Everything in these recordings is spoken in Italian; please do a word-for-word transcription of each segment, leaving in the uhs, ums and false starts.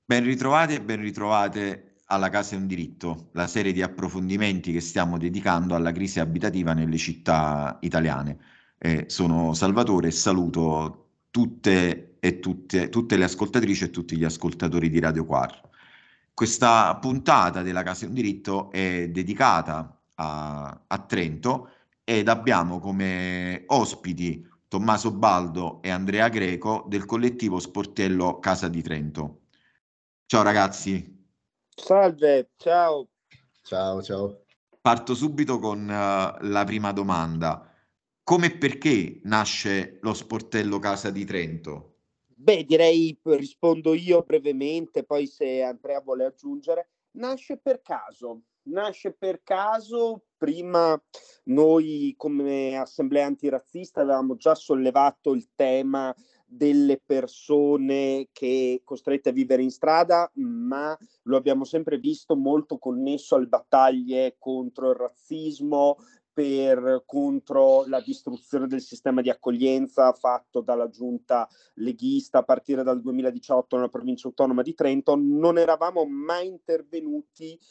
Ben ritrovati e ben ritrovate alla Casa è un diritto, la serie di approfondimenti che stiamo dedicando alla crisi abitativa nelle città italiane. Eh, sono Salvatore e saluto tutte e tutte, tutte le ascoltatrici e tutti gli ascoltatori di Radio Quattro. Questa puntata della Casa è un diritto è dedicata a, a Trento ed abbiamo come ospiti Tommaso Baldo e Andrea Greco del collettivo sportello Casa di Trento. Ciao ragazzi, Salve, ciao. Ciao, ciao. parto subito con uh, la prima domanda. Come e perché nasce lo sportello Casa di Trento? Beh, direi rispondo io brevemente, poi se Andrea vuole aggiungere. Nasce per caso, nasce per caso. Prima noi come assemblea antirazzista avevamo già sollevato il tema delle persone che costrette a vivere in strada, ma lo abbiamo sempre visto molto connesso alle battaglie contro il razzismo, per, contro la distruzione del sistema di accoglienza fatto dalla giunta leghista a partire dal duemiladiciotto nella provincia autonoma di Trento. Non eravamo mai intervenuti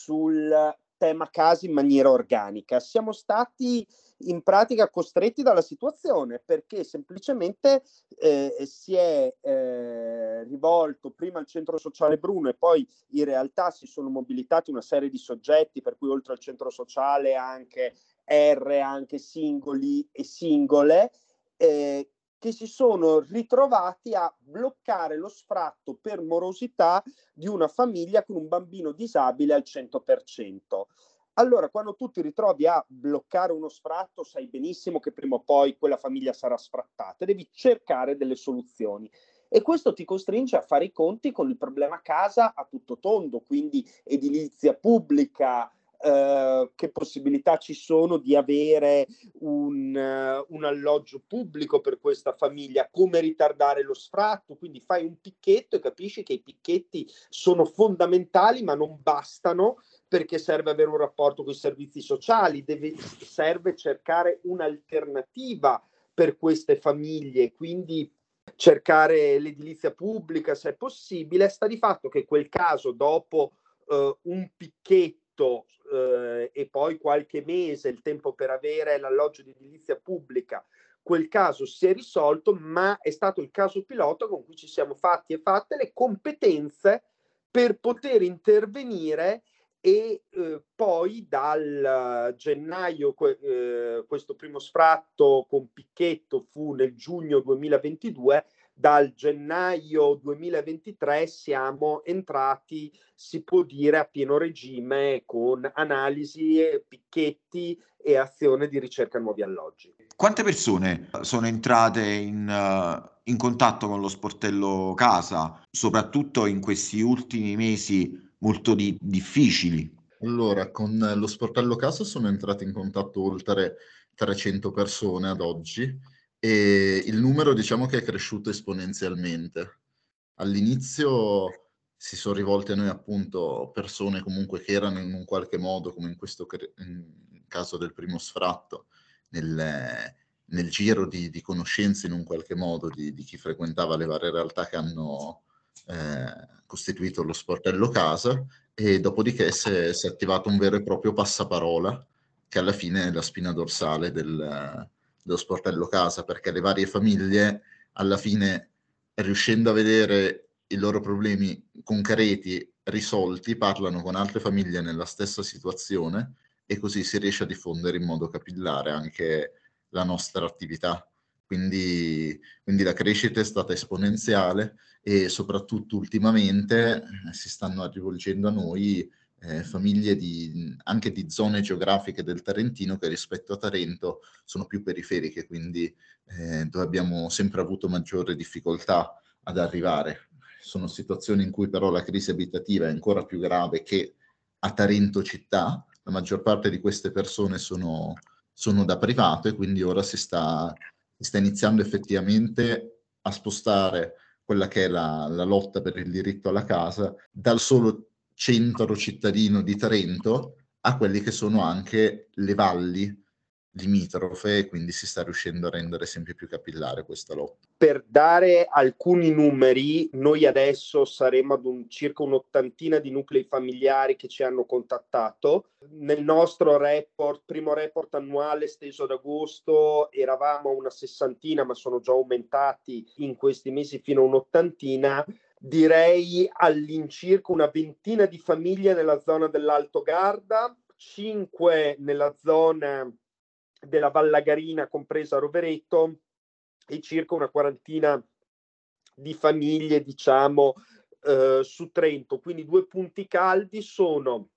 sul tema casi in maniera organica. Siamo stati in pratica costretti dalla situazione perché semplicemente eh, si è eh, rivolto prima al centro sociale Bruno e poi in realtà si sono mobilitati una serie di soggetti, per cui oltre al centro sociale anche R, anche singoli e singole, eh, che si sono ritrovati a bloccare lo sfratto per morosità di una famiglia con un bambino disabile al cento per cento. Allora, quando tu ti ritrovi a bloccare uno sfratto, sai benissimo che prima o poi quella famiglia sarà sfrattata, devi cercare delle soluzioni. E questo ti costringe a fare i conti con il problema casa a tutto tondo, quindi edilizia pubblica, Uh, che possibilità ci sono di avere un, uh, un alloggio pubblico per questa famiglia, come ritardare lo sfratto, quindi fai un picchetto e capisci che i picchetti sono fondamentali ma non bastano, perché serve avere un rapporto con i servizi sociali, deve, serve cercare un'alternativa per queste famiglie, quindi cercare l'edilizia pubblica se è possibile. Sta di fatto che quel caso dopo uh, un picchetto eh, e poi qualche mese il tempo per avere l'alloggio di edilizia pubblica, quel caso si è risolto, ma è stato il caso pilota con cui ci siamo fatti e fatte le competenze per poter intervenire. E eh, poi dal gennaio eh, questo primo sfratto con picchetto fu nel giugno duemilaventidue. Dal gennaio duemilaventitré siamo entrati, si può dire, a pieno regime con analisi, picchetti e azione di ricerca nuovi alloggi. Quante persone sono entrate in, uh, in contatto con lo sportello Casa, soprattutto in questi ultimi mesi molto di- difficili? Allora, con lo sportello Casa sono entrate in contatto oltre trecento persone ad oggi e il numero diciamo che è cresciuto esponenzialmente. All'inizio si sono rivolte a noi appunto persone comunque che erano in un qualche modo, come in questo cre- in caso del primo sfratto, nel, nel giro di, di conoscenze in un qualche modo di, di chi frequentava le varie realtà che hanno eh, costituito lo sportello Casa, e dopodiché si è, si è attivato un vero e proprio passaparola che alla fine è la spina dorsale del, dello sportello Casa, perché le varie famiglie alla fine, riuscendo a vedere i loro problemi concreti risolti, parlano con altre famiglie nella stessa situazione e così si riesce a diffondere in modo capillare anche la nostra attività. Quindi, quindi la crescita è stata esponenziale e soprattutto ultimamente eh, si stanno rivolgendo a noi eh, famiglie di, anche di zone geografiche del Trentino che rispetto a Tarento sono più periferiche, quindi eh, dove abbiamo sempre avuto maggiore difficoltà ad arrivare. Sono situazioni in cui però la crisi abitativa è ancora più grave che a Tarento città. La maggior parte di queste persone sono, sono da privato e quindi ora si sta, si sta iniziando effettivamente a spostare quella che è la, la lotta per il diritto alla casa dal solo centro cittadino di Trento a quelli che sono anche le valli limitrofe, e quindi si sta riuscendo a rendere sempre più capillare questa lotta. Per dare alcuni numeri, noi adesso saremo ad un circa un'ottantina di nuclei familiari che ci hanno contattato. Nel nostro report, primo report annuale steso ad agosto, eravamo a una sessantina, ma sono già aumentati in questi mesi fino a un'ottantina. Direi all'incirca una ventina di famiglie nella zona dell'Alto Garda, cinque nella zona della Vallagarina, compresa Rovereto, e circa una quarantina di famiglie, diciamo, eh, su Trento. Quindi due punti caldi sono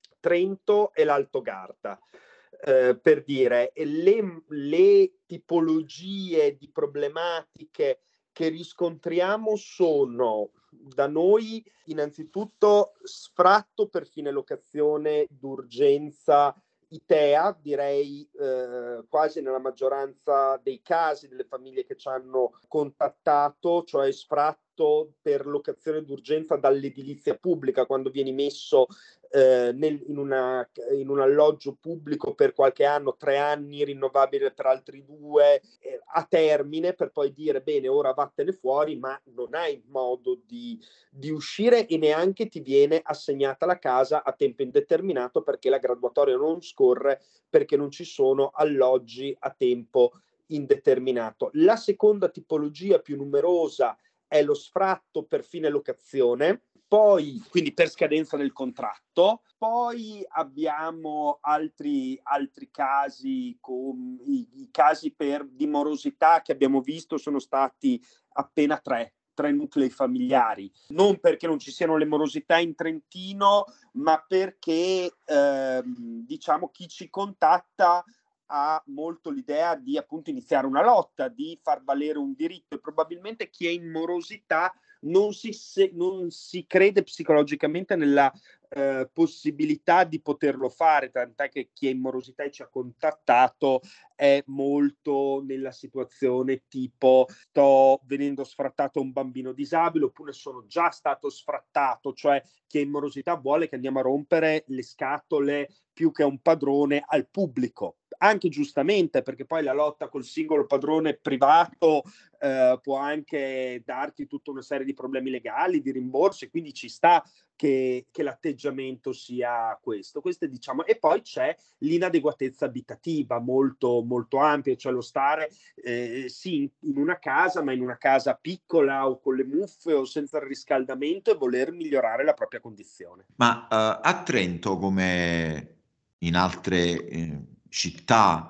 Trento e l'Alto Garda. Eh, per dire, le, le tipologie di problematiche che riscontriamo sono da noi innanzitutto sfratto per fine locazione d'urgenza I T E A, direi eh, quasi nella maggioranza dei casi delle famiglie che ci hanno contattato, cioè sfratto per locazione d'urgenza dall'edilizia pubblica, quando vieni messo eh, nel, in, una, in un alloggio pubblico per qualche anno, tre anni, rinnovabile per altri due, eh, a termine, per poi dire bene, ora vattene fuori, ma non hai modo di, di uscire e neanche ti viene assegnata la casa a tempo indeterminato, perché la graduatoria non scorre, perché non ci sono alloggi a tempo indeterminato. La seconda tipologia più numerosa è lo sfratto per fine locazione, poi quindi per scadenza del contratto, poi abbiamo altri, altri casi, con i, i casi per dimorosità che abbiamo visto sono stati appena tre, tre nuclei familiari, non perché non ci siano le morosità in Trentino, ma perché ehm, diciamo chi ci contatta ha molto l'idea di appunto iniziare una lotta, di far valere un diritto, e probabilmente chi è in morosità non si, se, non si crede psicologicamente nella eh, possibilità di poterlo fare, tant'è che chi è in morosità e ci ha contattato è molto nella situazione tipo sto venendo sfrattato un bambino disabile, oppure sono già stato sfrattato, cioè chi è in morosità vuole che andiamo a rompere le scatole più che a un padrone al pubblico, anche giustamente, perché poi la lotta col singolo padrone privato eh, può anche darti tutta una serie di problemi legali, di rimborsi, quindi ci sta che, che l'atteggiamento sia questo. Questo diciamo, e poi c'è l'inadeguatezza abitativa molto, molto ampia, cioè lo stare eh, sì in una casa, ma in una casa piccola o con le muffe o senza il riscaldamento, e voler migliorare la propria condizione. Ma uh, a Trento, come in altre eh, città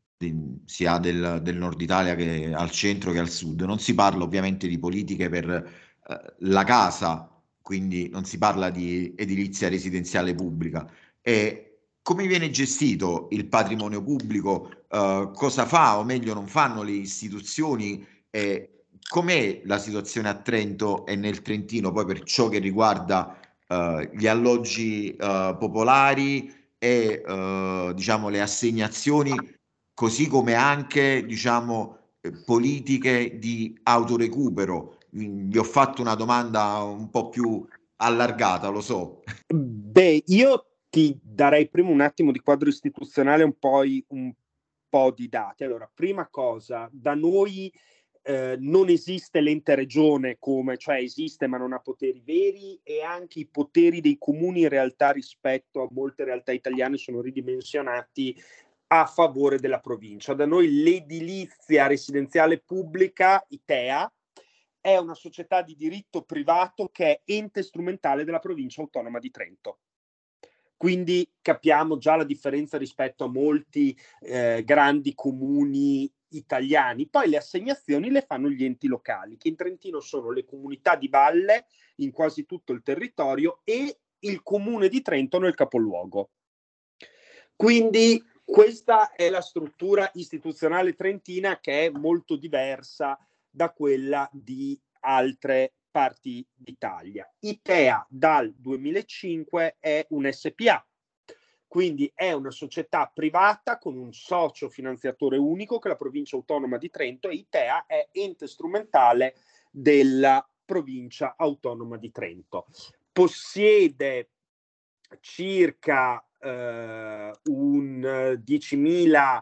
di, sia del, del nord Italia che al centro che al sud, non si parla ovviamente di politiche per uh, la casa, quindi non si parla di edilizia residenziale pubblica. E come viene gestito il patrimonio pubblico? Uh, cosa fa o meglio non fanno le istituzioni? E com'è la situazione a Trento e nel Trentino poi per ciò che riguarda Uh, gli alloggi uh, popolari e uh, diciamo le assegnazioni, così come anche diciamo politiche di autorecupero. Vi ho fatto una domanda un po' più allargata, lo so. Beh, io ti darei prima un attimo di quadro istituzionale, un po', un po' di dati. Allora, prima cosa, da noi Eh, non esiste l'ente regione, come, cioè esiste ma non ha poteri veri, e anche i poteri dei comuni in realtà rispetto a molte realtà italiane sono ridimensionati a favore della provincia. Da noi l'edilizia residenziale pubblica, I T E A, è una società di diritto privato che è ente strumentale della provincia autonoma di Trento. Quindi capiamo già la differenza rispetto a molti eh, grandi comuni italiani. Poi le assegnazioni le fanno gli enti locali, che in Trentino sono le comunità di valle in quasi tutto il territorio e il comune di Trento nel capoluogo. Quindi questa è la struttura istituzionale trentina, che è molto diversa da quella di altre parti d'Italia. I T E A dal duemilacinque è un S P A, quindi è una società privata con un socio finanziatore unico che è la provincia autonoma di Trento, e I T E A è ente strumentale della provincia autonoma di Trento. Possiede circa eh, un diecimila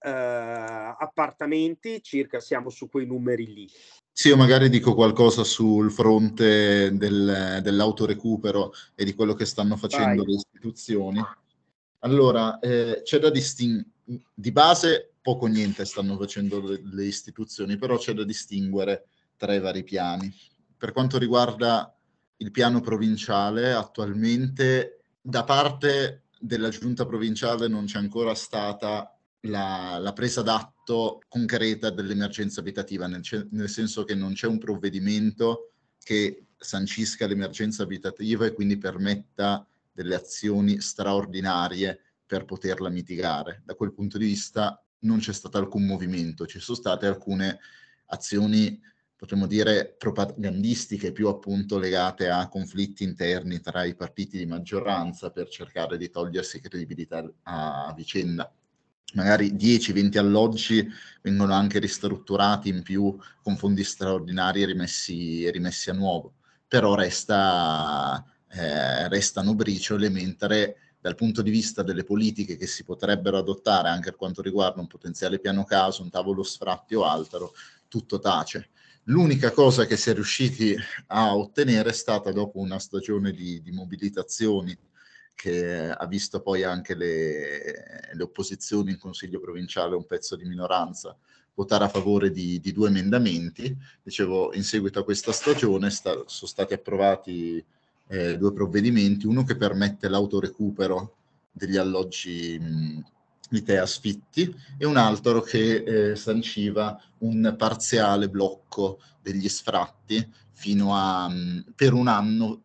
eh, appartamenti, circa siamo su quei numeri lì. Sì, io magari dico qualcosa sul fronte del, dell'autorecupero e di quello che stanno facendo Vai. le istituzioni. Allora, eh, c'è da distinguere, di base poco niente stanno facendo le, le istituzioni, però c'è da distinguere tra i vari piani. Per quanto riguarda il piano provinciale, attualmente da parte della giunta provinciale non c'è ancora stata la, la presa d'atto concreta dell'emergenza abitativa, nel, nel senso che non c'è un provvedimento che sancisca l'emergenza abitativa e quindi permetta delle azioni straordinarie per poterla mitigare. Da quel punto di vista non c'è stato alcun movimento, ci sono state alcune azioni, potremmo dire, propagandistiche, più appunto legate a conflitti interni tra i partiti di maggioranza per cercare di togliersi credibilità a vicenda. Magari dieci venti alloggi vengono anche ristrutturati in più con fondi straordinari e rimessi, rimessi a nuovo, però resta, eh, restano briciole, mentre dal punto di vista delle politiche che si potrebbero adottare anche per quanto riguarda un potenziale piano casa, un tavolo sfratti o altro, tutto tace. L'unica cosa che si è riusciti a ottenere è stata, dopo una stagione di, di mobilitazioni che ha visto poi anche le, le opposizioni in Consiglio provinciale, un pezzo di minoranza, votare a favore di, di due emendamenti. Dicevo, in seguito a questa stagione sta, sono stati approvati eh, due provvedimenti, uno che permette l'autorecupero degli alloggi mh, di T E A sfitti e un altro che eh, sanciva un parziale blocco degli sfratti fino a mh, per un anno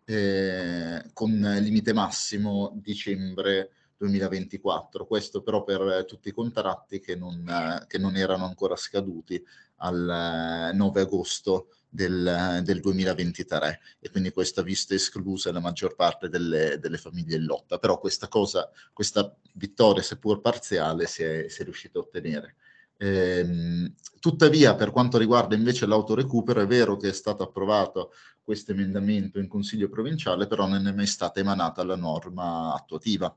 eh, con limite massimo dicembre duemilaventiquattro. Questo però per tutti i contratti che non, eh, che non erano ancora scaduti al eh, nove agosto del, del duemilaventitré, e quindi questo ha visto escluse la maggior parte delle, delle famiglie in lotta. Però questa cosa, questa vittoria, seppur parziale, si è, si è riuscita a ottenere. Ehm, tuttavia, per quanto riguarda invece l'autorecupero, è vero che è stato approvato questo emendamento in Consiglio provinciale, però non è mai stata emanata la norma attuativa.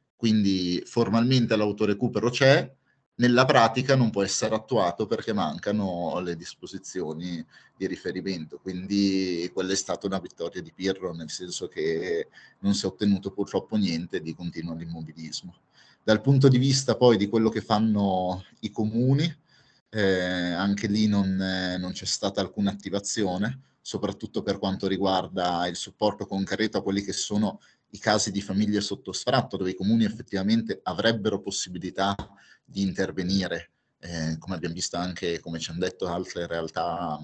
Quindi formalmente l'autorecupero c'è, nella pratica non può essere attuato perché mancano le disposizioni di riferimento. Quindi quella è stata una vittoria di Pirro, nel senso che non si è ottenuto purtroppo niente, di continuo l'immobilismo. Dal punto di vista poi di quello che fanno i comuni, eh, anche lì non, eh, non c'è stata alcuna attivazione, soprattutto per quanto riguarda il supporto concreto a quelli che sono i casi di famiglie sotto sfratto, dove i comuni effettivamente avrebbero possibilità di intervenire, eh, come abbiamo visto anche, come ci hanno detto altre realtà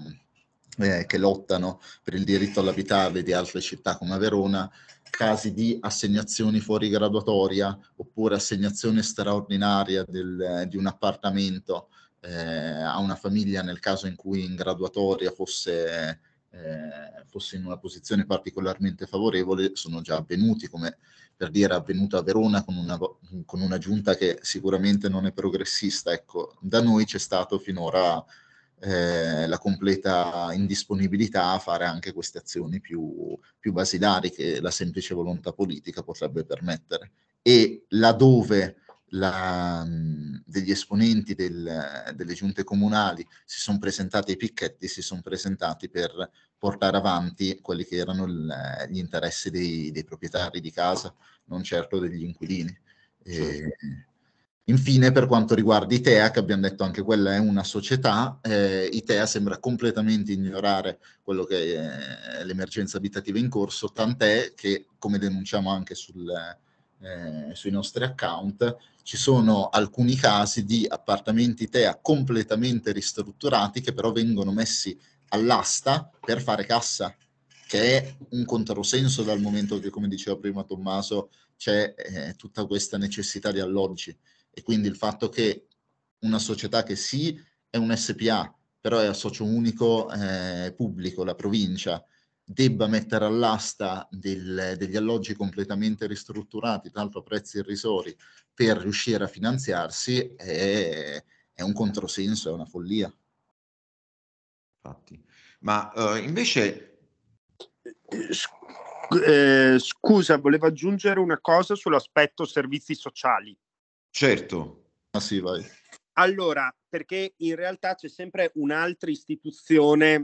eh, che lottano per il diritto all'abitare di altre città come Verona, casi di assegnazioni fuori graduatoria oppure assegnazione straordinaria del, di un appartamento eh, a una famiglia nel caso in cui in graduatoria fosse, eh, fosse in una posizione particolarmente favorevole, sono già avvenuti, come per dire è avvenuto a Verona con una, con una giunta che sicuramente non è progressista. Ecco, da noi c'è stato finora eh, la completa indisponibilità a fare anche queste azioni più, più basilari che la semplice volontà politica potrebbe permettere. E laddove la, degli esponenti del, delle giunte comunali si sono presentati ai picchetti, si sono presentati per portare avanti quelli che erano il, gli interessi dei, dei proprietari di casa, non certo degli inquilini. Certo. E, infine, per quanto riguarda i T E A, che abbiamo detto anche quella è una società, eh, i T E A sembra completamente ignorare quello che è l'emergenza abitativa in corso, tant'è che, come denunciamo anche sul, eh, sui nostri account, ci sono alcuni casi di appartamenti T E A completamente ristrutturati che però vengono messi all'asta per fare cassa, che è un controsenso dal momento che, come diceva prima Tommaso, c'è eh, tutta questa necessità di alloggi. E quindi il fatto che una società che sì è un S P A, però è a socio unico eh, pubblico, la provincia, debba mettere all'asta del, degli alloggi completamente ristrutturati, tanto a prezzi irrisori, per riuscire a finanziarsi, è, è un controsenso, è una follia. Infatti. Ma uh, invece... Eh, scusa, volevo aggiungere una cosa sull'aspetto servizi sociali. Certo. Ah sì, vai. Allora, perché in realtà c'è sempre un'altra istituzione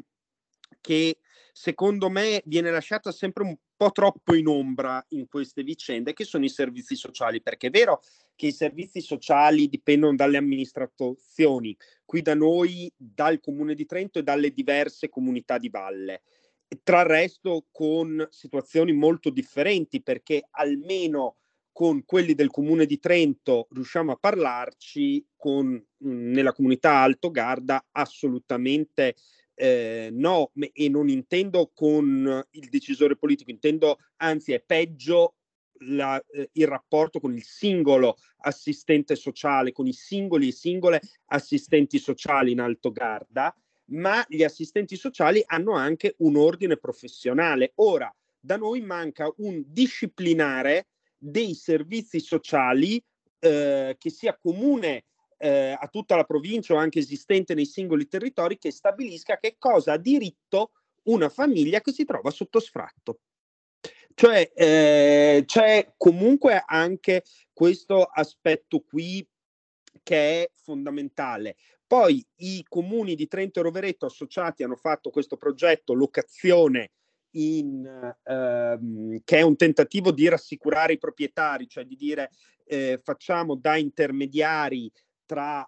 che secondo me viene lasciata sempre un po' troppo in ombra in queste vicende, che sono i servizi sociali, perché è vero che i servizi sociali dipendono dalle amministrazioni, qui da noi, dal Comune di Trento e dalle diverse comunità di valle, tra il resto con situazioni molto differenti, perché almeno con quelli del Comune di Trento riusciamo a parlarci, con mh, nella comunità Alto Garda assolutamente eh, no, e non intendo con il decisore politico, intendo anzi è peggio la, eh, il rapporto con il singolo assistente sociale, con i singoli e singole assistenti sociali in Alto Garda, ma gli assistenti sociali hanno anche un ordine professionale. Ora, da noi manca un disciplinare dei servizi sociali eh, che sia comune eh, a tutta la provincia o anche esistente nei singoli territori, che stabilisca che cosa ha diritto una famiglia che si trova sotto sfratto. Cioè eh, c'è comunque anche questo aspetto qui che è fondamentale. Poi i comuni di Trento e Rovereto associati hanno fatto questo progetto locazione in, ehm, che è un tentativo di rassicurare i proprietari, cioè di dire eh, facciamo da intermediari tra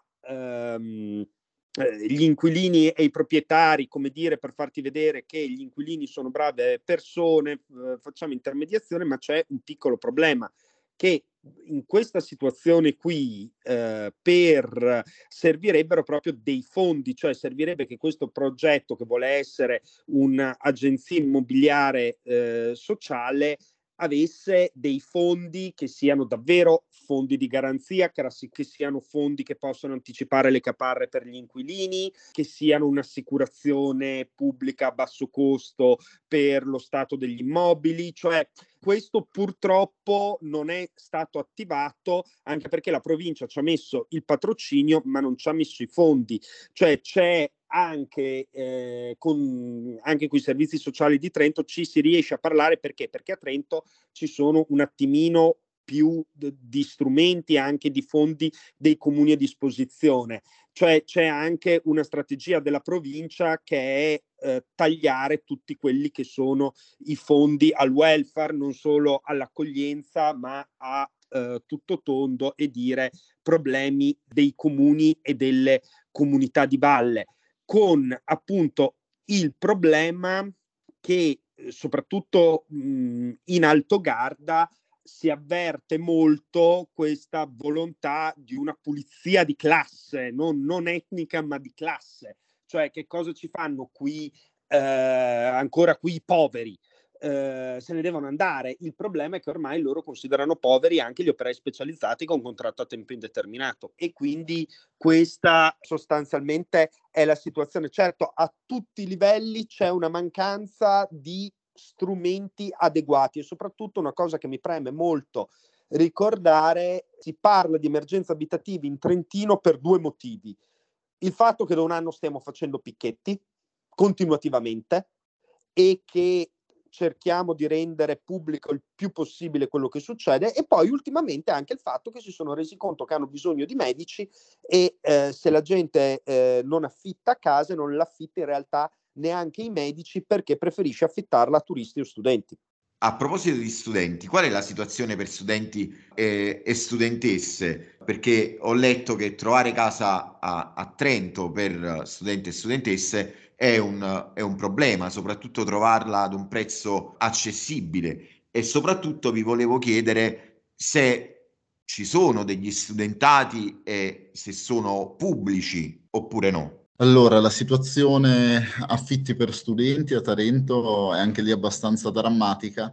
ehm, gli inquilini e i proprietari, come dire, per farti vedere che gli inquilini sono brave persone, eh, facciamo intermediazione, ma c'è un piccolo problema, che in questa situazione qui eh, per servirebbero proprio dei fondi, cioè servirebbe che questo progetto, che vuole essere un'agenzia immobiliare eh, sociale, avesse dei fondi che siano davvero fondi di garanzia, che, che siano fondi che possono anticipare le caparre per gli inquilini, che siano un'assicurazione pubblica a basso costo per lo stato degli immobili, cioè questo purtroppo non è stato attivato, anche perché la provincia ci ha messo il patrocinio ma non ci ha messo i fondi, cioè c'è anche eh, con anche con i servizi sociali di Trento ci si riesce a parlare, perché perché a Trento ci sono un attimino più d- di strumenti, anche di fondi dei comuni a disposizione, cioè c'è anche una strategia della provincia che è eh, tagliare tutti quelli che sono i fondi al welfare, non solo all'accoglienza ma a eh, tutto tondo, e dire problemi dei comuni e delle comunità di valle, con appunto il problema che eh, soprattutto mh, in Alto Garda si avverte molto questa volontà di una pulizia di classe, non, non etnica ma di classe, cioè che cosa ci fanno qui eh, ancora qui i poveri? Eh, se ne devono andare. Il problema è che ormai loro considerano poveri anche gli operai specializzati con contratto a tempo indeterminato, e quindi questa sostanzialmente è la situazione. Certo, a tutti i livelli c'è una mancanza di strumenti adeguati, e soprattutto una cosa che mi preme molto ricordare: si parla di emergenza abitativa in Trentino per due motivi: il fatto che da un anno stiamo facendo picchetti continuativamente e che cerchiamo di rendere pubblico il più possibile quello che succede, e poi ultimamente anche il fatto che si sono resi conto che hanno bisogno di medici, e eh, se la gente eh, non affitta casa, non l'affitta in realtà neanche i medici, perché preferisce affittarla a turisti o studenti. A proposito di studenti, qual è la situazione per studenti e, e studentesse? Perché ho letto che trovare casa a, a Trento per studenti e studentesse è un, è un problema, soprattutto trovarla ad un prezzo accessibile, e soprattutto vi volevo chiedere se ci sono degli studentati e se sono pubblici oppure no. Allora, la situazione affitti per studenti a Tarento è anche lì abbastanza drammatica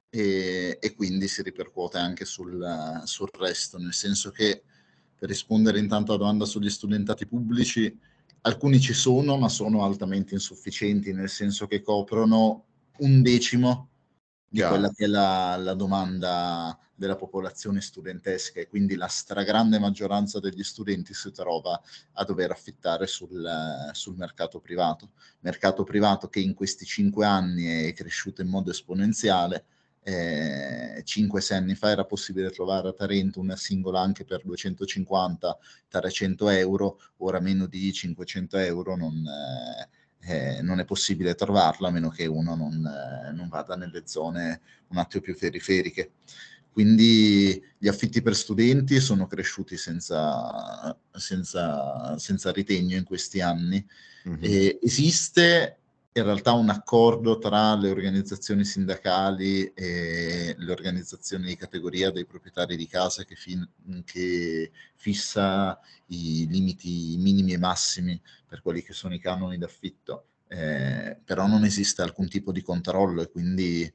e, e quindi si ripercuote anche sul, sul resto, nel senso che, per rispondere intanto alla domanda sugli studentati pubblici, alcuni ci sono, ma sono altamente insufficienti, nel senso che coprono un decimo di quella Chiaro. che è la, la domanda della popolazione studentesca, e quindi la stragrande maggioranza degli studenti si trova a dover affittare sul, sul mercato privato. Mercato privato che in questi cinque anni è cresciuto in modo esponenziale, eh, cinque sei anni fa era possibile trovare a Tarento una singola anche per duecentocinquanta trecento euro, ora meno di cinquecento euro non, eh, non è possibile trovarla, a meno che uno non, eh, non vada nelle zone un attimo più periferiche. Quindi gli affitti per studenti sono cresciuti senza, senza, senza ritegno in questi anni. Mm-hmm. E esiste in realtà un accordo tra le organizzazioni sindacali e le organizzazioni di categoria dei proprietari di casa che, fin, che fissa i limiti minimi e massimi per quelli che sono i canoni d'affitto, eh, però non esiste alcun tipo di controllo e quindi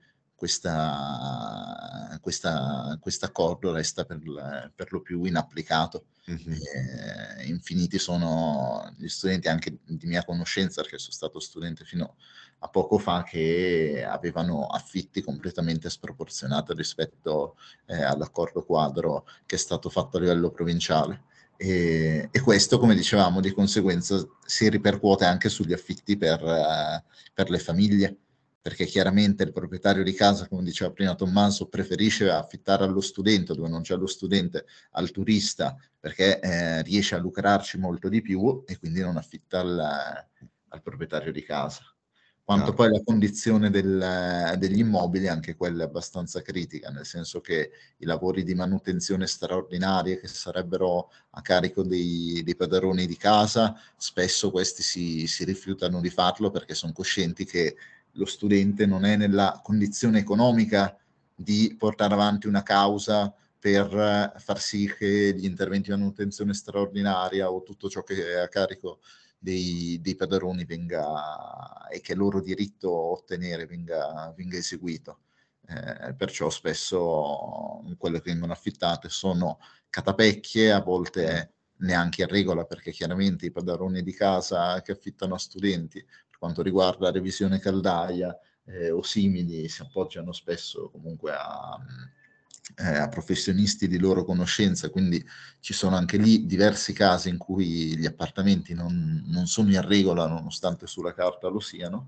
questa, questa, questo accordo resta per, per lo più inapplicato. Mm-hmm. Eh, infiniti sono gli studenti anche di mia conoscenza, perché sono stato studente fino a poco fa, che avevano affitti completamente sproporzionati rispetto eh, all'accordo quadro che è stato fatto a livello provinciale. E, e questo, come dicevamo, di conseguenza si ripercuote anche sugli affitti per, uh, per le famiglie, perché chiaramente il proprietario di casa, come diceva prima Tommaso, preferisce affittare allo studente, dove non c'è lo studente, al turista, perché eh, riesce a lucrarci molto di più e quindi non affitta al, al proprietario di casa. Quanto poi la condizione del, degli immobili, anche quella è abbastanza critica, nel senso che i lavori di manutenzione straordinarie che sarebbero a carico dei, dei padroni di casa, spesso questi si, si rifiutano di farlo perché sono coscienti che lo studente non è nella condizione economica di portare avanti una causa per far sì che gli interventi di manutenzione straordinaria o tutto ciò che è a carico dei, dei padroni venga, e che è loro diritto ottenere venga, venga eseguito. Eh, perciò spesso quelle che vengono affittate sono catapecchie, a volte neanche in regola, perché chiaramente i padroni di casa che affittano a studenti, per quanto riguarda la revisione caldaia eh, o simili, si appoggiano spesso comunque a, eh, a professionisti di loro conoscenza, quindi ci sono anche lì diversi casi in cui gli appartamenti non, non sono in regola nonostante sulla carta lo siano,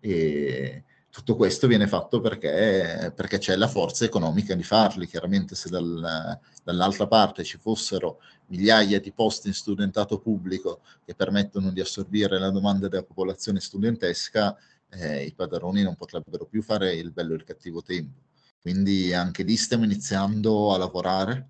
e tutto questo viene fatto perché, perché c'è la forza economica di farli. Chiaramente se dal, dall'altra parte ci fossero migliaia di posti in studentato pubblico che permettono di assorbire la domanda della popolazione studentesca, eh, i padroni non potrebbero più fare il bello e il cattivo tempo. Quindi anche lì stiamo iniziando a lavorare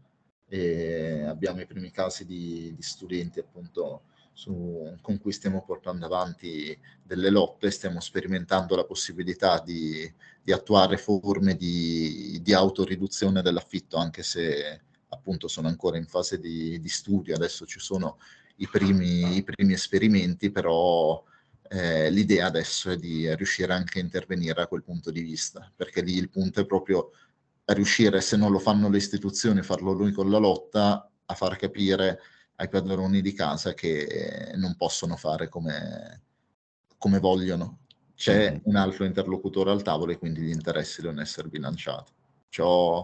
e abbiamo i primi casi di, di studenti appunto su, con cui stiamo portando avanti delle lotte, stiamo sperimentando la possibilità di, di attuare forme di, di autoriduzione dell'affitto, anche se appunto sono ancora in fase di, di studio, adesso ci sono i primi, i primi esperimenti, però eh, l'idea adesso è di riuscire anche a intervenire a quel punto di vista, perché lì il punto è proprio riuscire, se non lo fanno le istituzioni, farlo lui con la lotta, a far capire ai padroni di casa che non possono fare come, come vogliono. C'è mm-hmm. un altro interlocutore al tavolo e quindi gli interessi devono essere bilanciati. Ciò,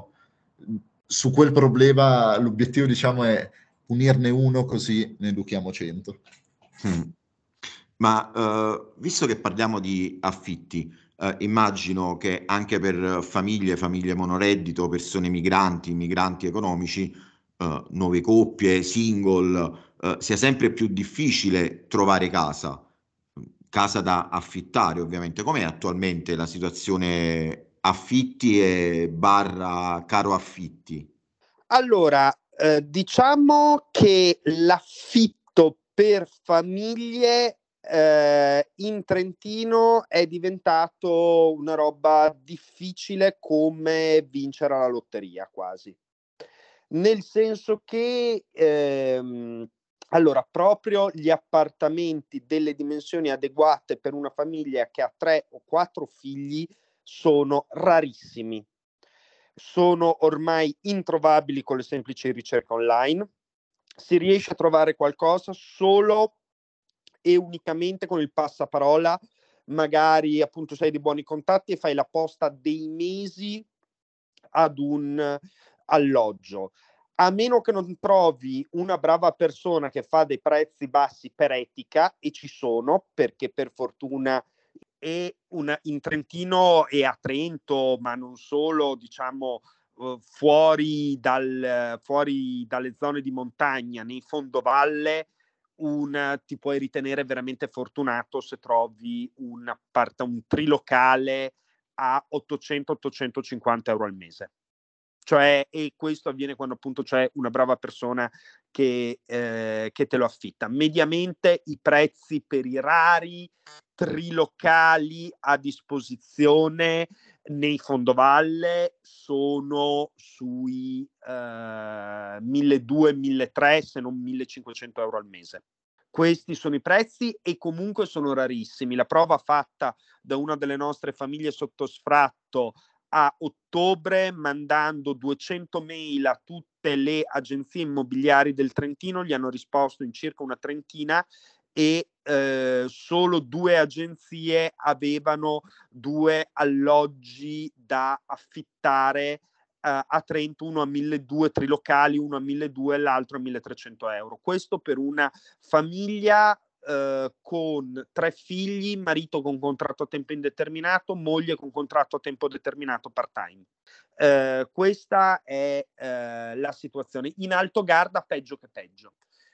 su quel problema l'obiettivo, diciamo, è unirne uno, così ne educhiamo cento. Mm. Ma uh, visto che parliamo di affitti, uh, immagino che anche per famiglie, famiglie monoreddito, persone migranti, migranti economici, uh, nuove coppie, single, uh, sia sempre più difficile trovare casa, casa da affittare ovviamente. Com'è attualmente la situazione affitti e barra caro affitti? Allora, eh, diciamo che l'affitto per famiglie eh, in Trentino è diventato una roba difficile come vincere alla lotteria quasi. Nel senso che ehm, allora proprio gli appartamenti delle dimensioni adeguate per una famiglia che ha tre o quattro figli sono rarissimi. Sono ormai introvabili con le semplici ricerche online. Si riesce a trovare qualcosa solo e unicamente con il passaparola, magari appunto sei di buoni contatti e fai la posta dei mesi ad un alloggio. A meno che non trovi una brava persona che fa dei prezzi bassi per etica, e ci sono, perché per fortuna e una, in Trentino e a Trento, ma non solo, diciamo uh, fuori, dal, fuori dalle zone di montagna, nei fondovalle, un, ti puoi ritenere veramente fortunato se trovi un, appart- un trilocale a ottocento ottocentocinquanta euro al mese. Cioè, e questo avviene quando appunto c'è una brava persona che, eh, che te lo affitta. Mediamente i prezzi per i rari trilocali a disposizione nei fondovalle sono sui eh, milleduecento milletrecento se non millecinquecento euro al mese. Questi sono i prezzi e comunque sono rarissimi. La prova fatta da una delle nostre famiglie sotto sfratto a ottobre, mandando duecento mail a tutte le agenzie immobiliari del Trentino, gli hanno risposto in circa una trentina e eh, solo due agenzie avevano due alloggi da affittare uh, a Trento, uno a milleduecento trilocali, uno a milleduecento e l'altro a milletrecento euro. Questo per una famiglia Uh, con tre figli, marito con contratto a tempo indeterminato, moglie con contratto a tempo determinato part-time. Uh, questa è uh, la situazione. In Altogarda peggio che peggio.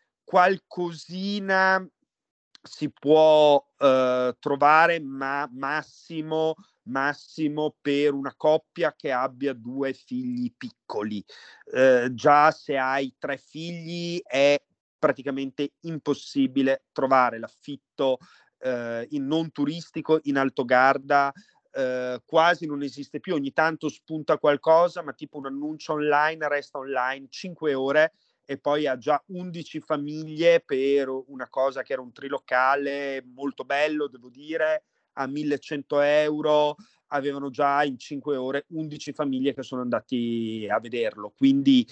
Qualcosina si può trovare, ma massimo massimo per una coppia che abbia due figli piccoli. Già se hai tre figli è praticamente impossibile trovare l'affitto eh, in non turistico in Altogarda, eh, quasi non esiste più. Ogni tanto spunta qualcosa, ma tipo un annuncio online resta online cinque ore e poi ha già undici famiglie per una cosa che era un trilocale molto bello, devo dire, a millecento euro. Avevano già in cinque ore undici famiglie che sono andati a vederlo. Quindi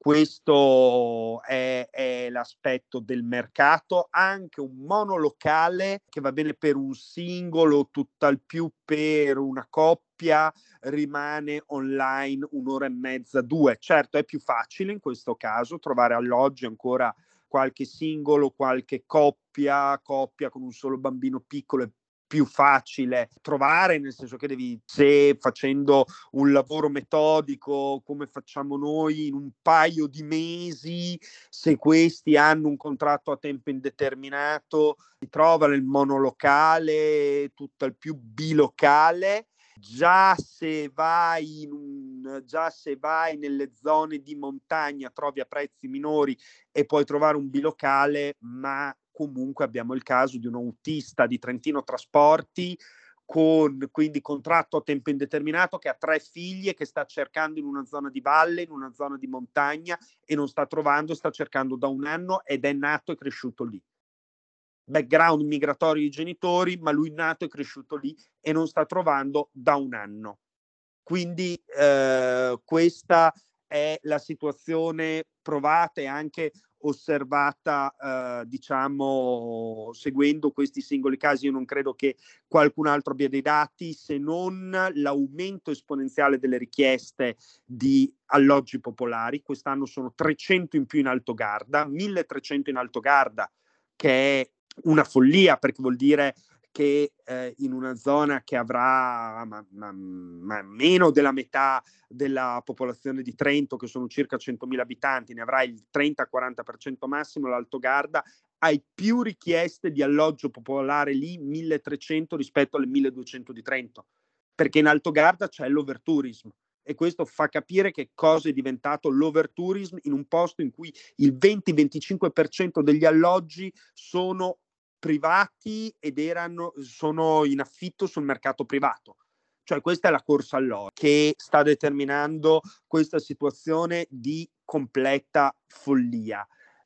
questo è, è l'aspetto del mercato. Anche un monolocale che va bene per un singolo, tutt'al più per una coppia, rimane online un'ora e mezza, due. Certo, è più facile in questo caso trovare alloggi ancora qualche singolo, qualche coppia, coppia con un solo bambino piccolo, è più facile trovare, nel senso che devi, se facendo un lavoro metodico come facciamo noi in un paio di mesi, se questi hanno un contratto a tempo indeterminato, si trova nel monolocale, tutt'al più bilocale. Già se vai in un, già se vai nelle zone di montagna trovi a prezzi minori e puoi trovare un bilocale, ma comunque abbiamo il caso di un autista di Trentino Trasporti con quindi contratto a tempo indeterminato, che ha tre figli e che sta cercando in una zona di valle, in una zona di montagna, e non sta trovando, sta cercando da un anno ed è nato e cresciuto lì. Background migratorio di genitori, ma lui nato e cresciuto lì e non sta trovando da un anno. Quindi eh, questa è la situazione provata e anche osservata, eh, diciamo, seguendo questi singoli casi. Io non credo che qualcun altro abbia dei dati, se non l'aumento esponenziale delle richieste di alloggi popolari. Quest'anno sono trecento in più in Altogarda, milletrecento in Altogarda, che è una follia, perché vuol dire che eh, in una zona che avrà ma, ma, ma meno della metà della popolazione di Trento, che sono circa centomila abitanti, ne avrà il trenta quaranta per cento massimo, l'Altogarda, hai più richieste di alloggio popolare lì, milletrecento rispetto alle milleduecento di Trento, perché in Altogarda c'è l'overtourism. E questo fa capire che cosa è diventato l'overtourism in un posto in cui il venti venticinque per cento degli alloggi sono privati ed erano, sono in affitto sul mercato privato. Cioè questa è la corsa all'oro che sta determinando questa situazione di completa follia.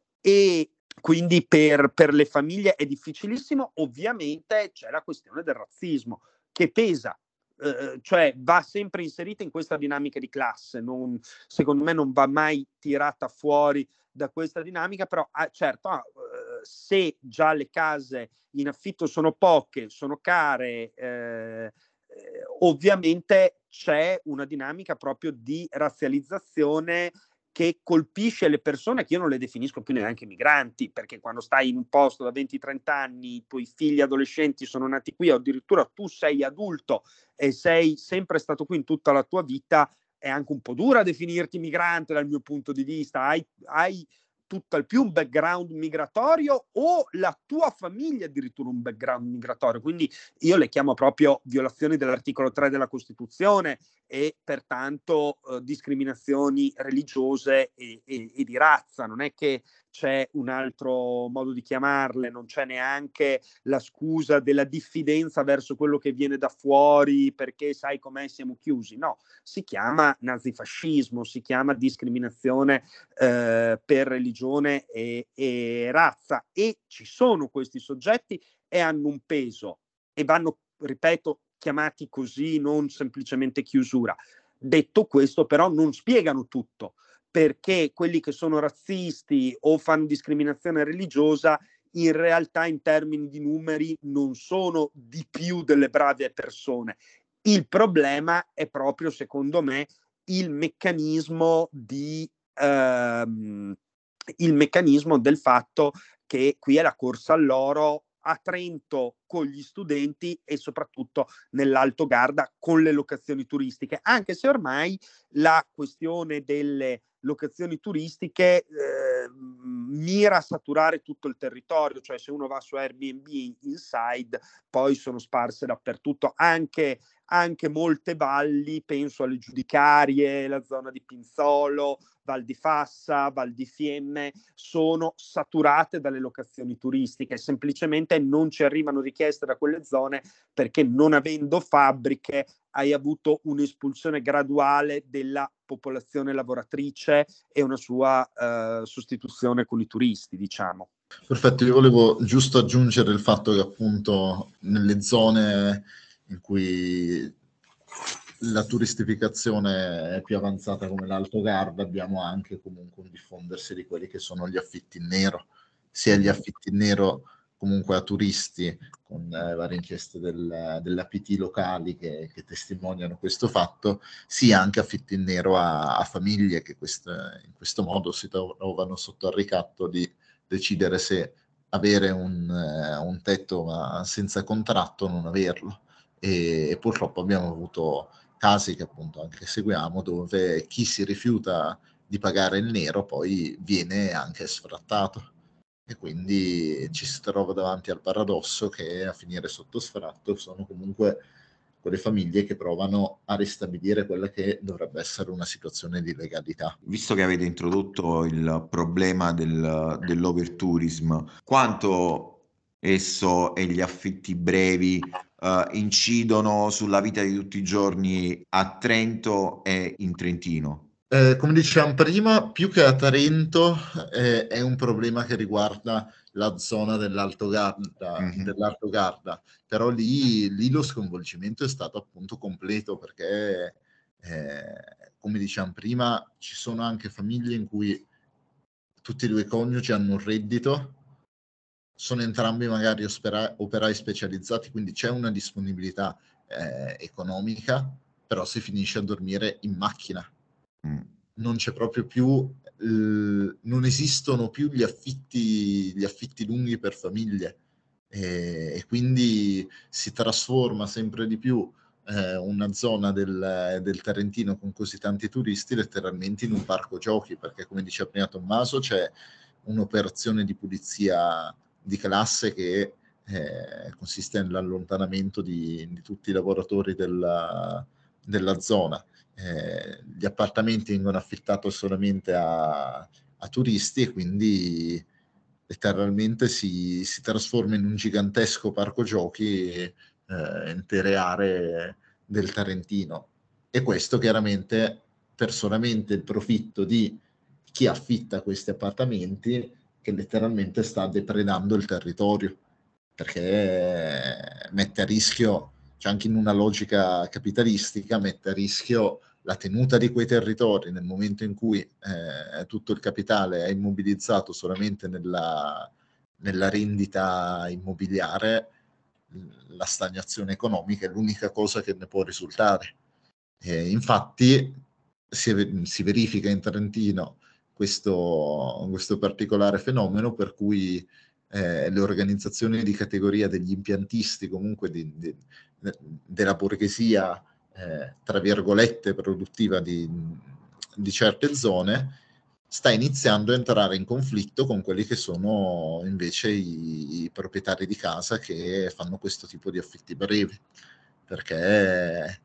E quindi per, per le famiglie è difficilissimo. Ovviamente c'è la questione del razzismo che pesa. Uh, cioè va sempre inserita in questa dinamica di classe, non, secondo me non va mai tirata fuori da questa dinamica, però ah, certo, ah, uh, se già le case in affitto sono poche, sono care, eh, eh, ovviamente c'è una dinamica proprio di razzializzazione che colpisce le persone che io non le definisco più neanche migranti, perché quando stai in un posto da venti trenta anni, i tuoi figli adolescenti sono nati qui, o addirittura tu sei adulto e sei sempre stato qui in tutta la tua vita, è anche un po' dura definirti migrante dal mio punto di vista. Hai, hai tutt'al più un background migratorio o la tua famiglia addirittura un background migratorio, quindi io le chiamo proprio violazioni dell'articolo tre della Costituzione e pertanto eh, discriminazioni religiose e, e, e di razza. Non è che c'è un altro modo di chiamarle, non c'è neanche la scusa della diffidenza verso quello che viene da fuori perché sai com'è, siamo chiusi. No, si chiama nazifascismo, si chiama discriminazione eh, per religione e, e razza, e ci sono questi soggetti e hanno un peso e vanno, ripeto, chiamati così, non semplicemente chiusura. Detto questo, però, non spiegano tutto, perché quelli che sono razzisti o fanno discriminazione religiosa in realtà in termini di numeri non sono di più delle brave persone. Il problema è proprio, secondo me, il meccanismo di ehm, il meccanismo del fatto che qui è la corsa all'oro a Trento con gli studenti e soprattutto nell'Alto Garda con le locazioni turistiche, anche se ormai la questione delle locazioni turistiche eh, mira a saturare tutto il territorio, cioè se uno va su Airbnb Inside poi sono sparse dappertutto, anche, anche molte valli, penso alle Giudicarie, la zona di Pinzolo, Val di Fassa, Val di Fiemme, sono saturate dalle locazioni turistiche, semplicemente non ci arrivano richieste da quelle zone perché non avendo fabbriche hai avuto un'espulsione graduale della popolazione lavoratrice e una sua eh, sostituzione con i turisti, diciamo. Perfetto, io volevo giusto aggiungere il fatto che appunto nelle zone in cui la turistificazione è più avanzata come l'Alto Garda abbiamo anche comunque un diffondersi di quelli che sono gli affitti in nero, sia gli affitti in nero comunque a turisti con eh, varie inchieste del, dell'A P T locali che, che testimoniano questo fatto, sia anche affitti in nero a, a famiglie che queste, in questo modo si trovano sotto il ricatto di decidere se avere un, eh, un tetto ma senza contratto o non averlo. E, e purtroppo abbiamo avuto casi che appunto anche seguiamo dove chi si rifiuta di pagare il nero poi viene anche sfrattato e quindi ci si trova davanti al paradosso che a finire sotto sfratto sono comunque quelle famiglie che provano a ristabilire quella che dovrebbe essere una situazione di legalità. Visto che avete introdotto il problema del, dell'overtourism, quanto esso e gli affitti brevi eh, incidono sulla vita di tutti i giorni a Trento e in Trentino? Eh, come dicevamo prima, più che a Trento eh, è un problema che riguarda la zona dell'Alto Garda, Mhm. dell'Alto Garda. Però lì, lì lo sconvolgimento è stato appunto completo perché, eh, come dicevamo prima, ci sono anche famiglie in cui tutti e due i coniugi hanno un reddito, sono entrambi magari ospera- operai specializzati, quindi c'è una disponibilità eh, economica, però si finisce a dormire in macchina. Mm. Non c'è proprio più, eh, non esistono più gli affitti, gli affitti lunghi per famiglie e, e quindi si trasforma sempre di più eh, una zona del, del Trentino con così tanti turisti letteralmente in un parco giochi, perché come diceva prima Tommaso c'è un'operazione di pulizia di classe che eh, consiste nell'allontanamento di, di tutti i lavoratori della, della zona. Eh, gli appartamenti vengono affittati solamente a, a turisti e quindi letteralmente si, si trasforma in un gigantesco parco giochi eh, intere aree del Trentino. E questo chiaramente personalmente il profitto di chi affitta questi appartamenti che letteralmente sta depredando il territorio perché mette a rischio, cioè anche in una logica capitalistica, mette a rischio la tenuta di quei territori nel momento in cui eh, tutto il capitale è immobilizzato solamente nella, nella rendita immobiliare, la stagnazione economica è l'unica cosa che ne può risultare. Eh, infatti si, si verifica in Trentino questo, questo particolare fenomeno per cui eh, le organizzazioni di categoria degli impiantisti, comunque di, di, della borghesia, eh, tra virgolette, produttiva di, di certe zone, sta iniziando a entrare in conflitto con quelli che sono invece i, i proprietari di casa che fanno questo tipo di affitti brevi, perché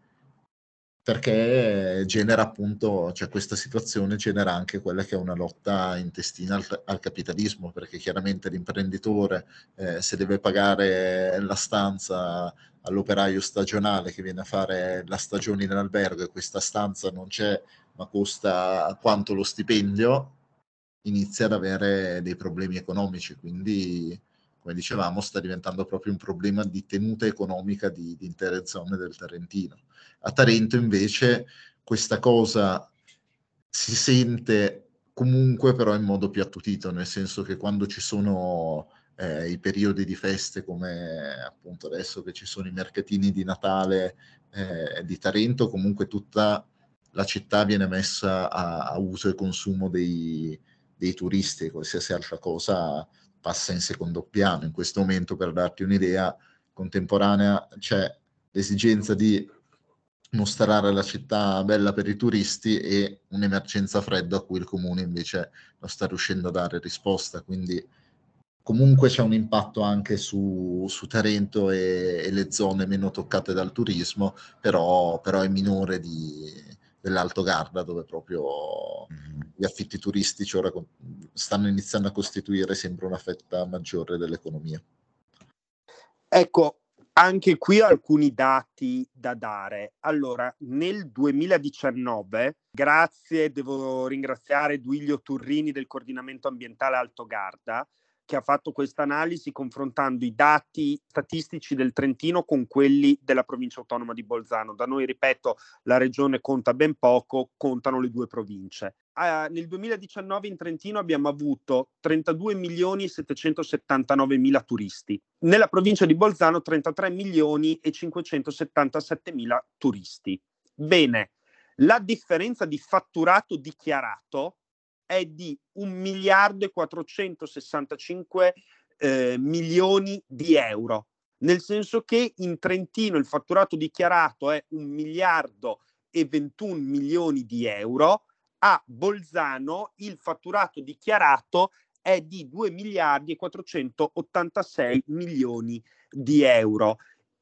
perché genera appunto, cioè questa situazione genera anche quella che è una lotta intestina al, al capitalismo, perché chiaramente l'imprenditore eh, se deve pagare la stanza all'operaio stagionale che viene a fare la stagione in albergo e questa stanza non c'è ma costa quanto lo stipendio, inizia ad avere dei problemi economici, quindi come dicevamo sta diventando proprio un problema di tenuta economica di, di intere zone del Trentino. A Tarento invece questa cosa si sente comunque però in modo più attutito, nel senso che quando ci sono eh, i periodi di feste come appunto adesso che ci sono i mercatini di Natale eh, di Tarento, comunque tutta la città viene messa a, a uso e consumo dei, dei turisti, qualsiasi altra cosa passa in secondo piano. In questo momento, per darti un'idea contemporanea, c'è l'esigenza di mostrare la città bella per i turisti e un'emergenza fredda a cui il comune invece non sta riuscendo a dare risposta, quindi comunque c'è un impatto anche su, su Tarento e, e le zone meno toccate dal turismo, però, però è minore di, dell'Alto Garda, dove proprio gli affitti turistici ora stanno iniziando a costituire sempre una fetta maggiore dell'economia. Ecco, anche qui ho alcuni dati da dare. Allora, nel duemiladiciannove, grazie, devo ringraziare Duilio Turrini del Coordinamento Ambientale Alto Garda, che ha fatto questa analisi confrontando i dati statistici del Trentino con quelli della provincia autonoma di Bolzano. Da noi, ripeto, la regione conta ben poco, contano le due province. Ah, nel duemiladiciannove in Trentino abbiamo avuto trentadue milioni e settecentosettantanove mila turisti. Nella provincia di Bolzano trentatré milioni e cinquecentosettantasette mila turisti. Bene, la differenza di fatturato dichiarato è di un miliardo e quattrocentosessantacinque eh, milioni di euro, nel senso che in Trentino il fatturato dichiarato è un miliardo e ventuno milioni di euro, a Bolzano il fatturato dichiarato è di due miliardi e quattrocentottantasei milioni di euro.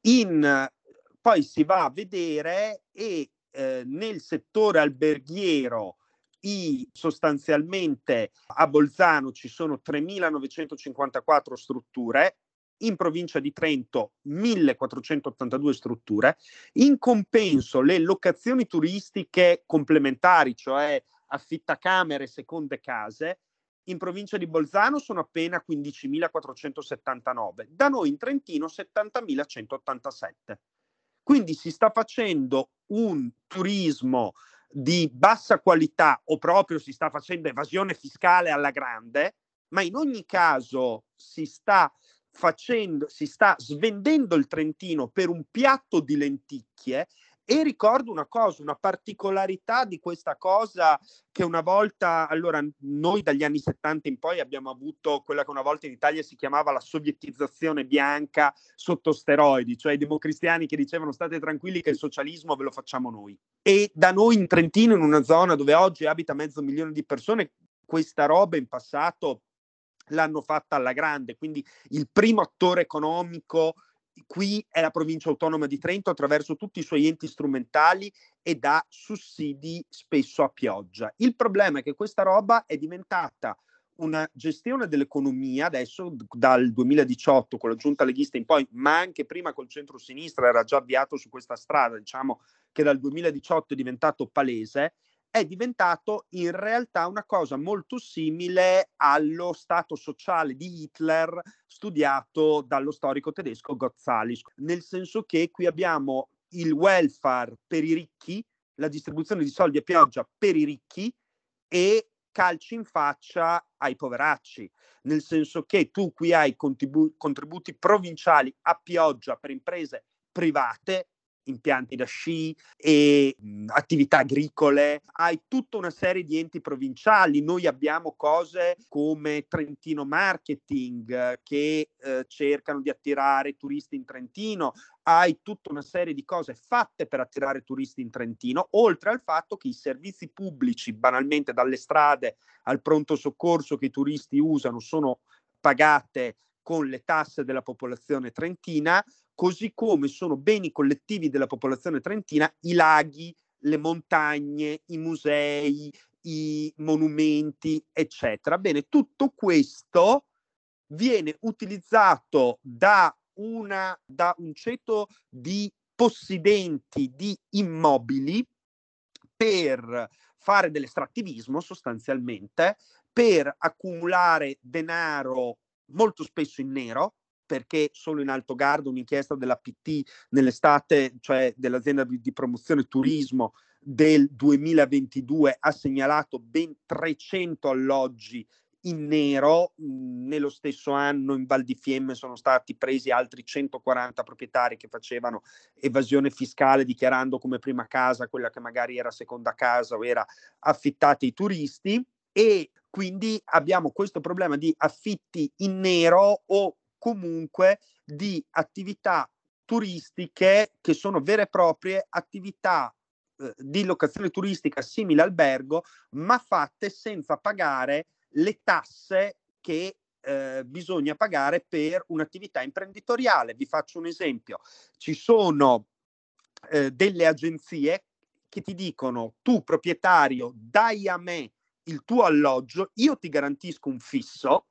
In, poi si va a vedere e eh, nel settore alberghiero I, sostanzialmente a Bolzano ci sono tremilanovecentocinquantaquattro strutture, in provincia di Trento millequattrocentottantadue strutture. In compenso le locazioni turistiche complementari, cioè affittacamere e seconde case, in provincia di Bolzano sono appena quindicimilaquattrocentosettantanove, da noi in Trentino settantamilacentoottantasette. Quindi si sta facendo un turismo di bassa qualità o proprio si sta facendo evasione fiscale alla grande, ma in ogni caso si sta facendo, si sta svendendo il Trentino per un piatto di lenticchie. E ricordo una cosa, una particolarità di questa cosa che una volta, allora noi dagli anni settanta in poi abbiamo avuto quella che una volta in Italia si chiamava la sovietizzazione bianca sotto steroidi, cioè i democristiani che dicevano state tranquilli che il socialismo ve lo facciamo noi. E da noi in Trentino, in una zona dove oggi abita mezzo milione di persone, questa roba in passato l'hanno fatta alla grande, quindi il primo attore economico qui è la provincia autonoma di Trento attraverso tutti i suoi enti strumentali e dà sussidi spesso a pioggia. Il problema è che questa roba è diventata una gestione dell'economia adesso dal duemiladiciotto con la giunta leghista in poi, ma anche prima col centro-sinistra era già avviato su questa strada, diciamo che dal duemiladiciotto è diventato palese, è diventato in realtà una cosa molto simile allo stato sociale di Hitler studiato dallo storico tedesco Gotzalis, nel senso che qui abbiamo il welfare per i ricchi, la distribuzione di soldi a pioggia per i ricchi e calci in faccia ai poveracci, nel senso che tu qui hai contribu- contributi provinciali a pioggia per imprese private impianti da sci e mh, attività agricole, hai tutta una serie di enti provinciali. Noi abbiamo cose come Trentino Marketing eh, che eh, cercano di attirare turisti in Trentino, hai tutta una serie di cose fatte per attirare turisti in Trentino, oltre al fatto che i servizi pubblici, banalmente dalle strade al pronto soccorso che i turisti usano, sono pagate con le tasse della popolazione trentina, così come sono beni collettivi della popolazione trentina i laghi, le montagne, i musei, i monumenti, eccetera. Bene, tutto questo viene utilizzato da, una, da un ceto di possidenti di immobili per fare dell'estrattivismo sostanzialmente, per accumulare denaro molto spesso in nero, perché solo in Altogarda un'inchiesta della P T nell'estate, cioè dell'azienda di promozione turismo del duemilaventidue, ha segnalato ben trecento alloggi in nero. Nello stesso anno in Val di Fiemme sono stati presi altri centoquaranta proprietari che facevano evasione fiscale dichiarando come prima casa quella che magari era seconda casa o era affittata ai turisti, e quindi abbiamo questo problema di affitti in nero o comunque di attività turistiche che sono vere e proprie attività eh, di locazione turistica simile albergo, ma fatte senza pagare le tasse che eh, bisogna pagare per un'attività imprenditoriale. Vi faccio un esempio: ci sono eh, delle agenzie che ti dicono: tu proprietario dai a me il tuo alloggio, io ti garantisco un fisso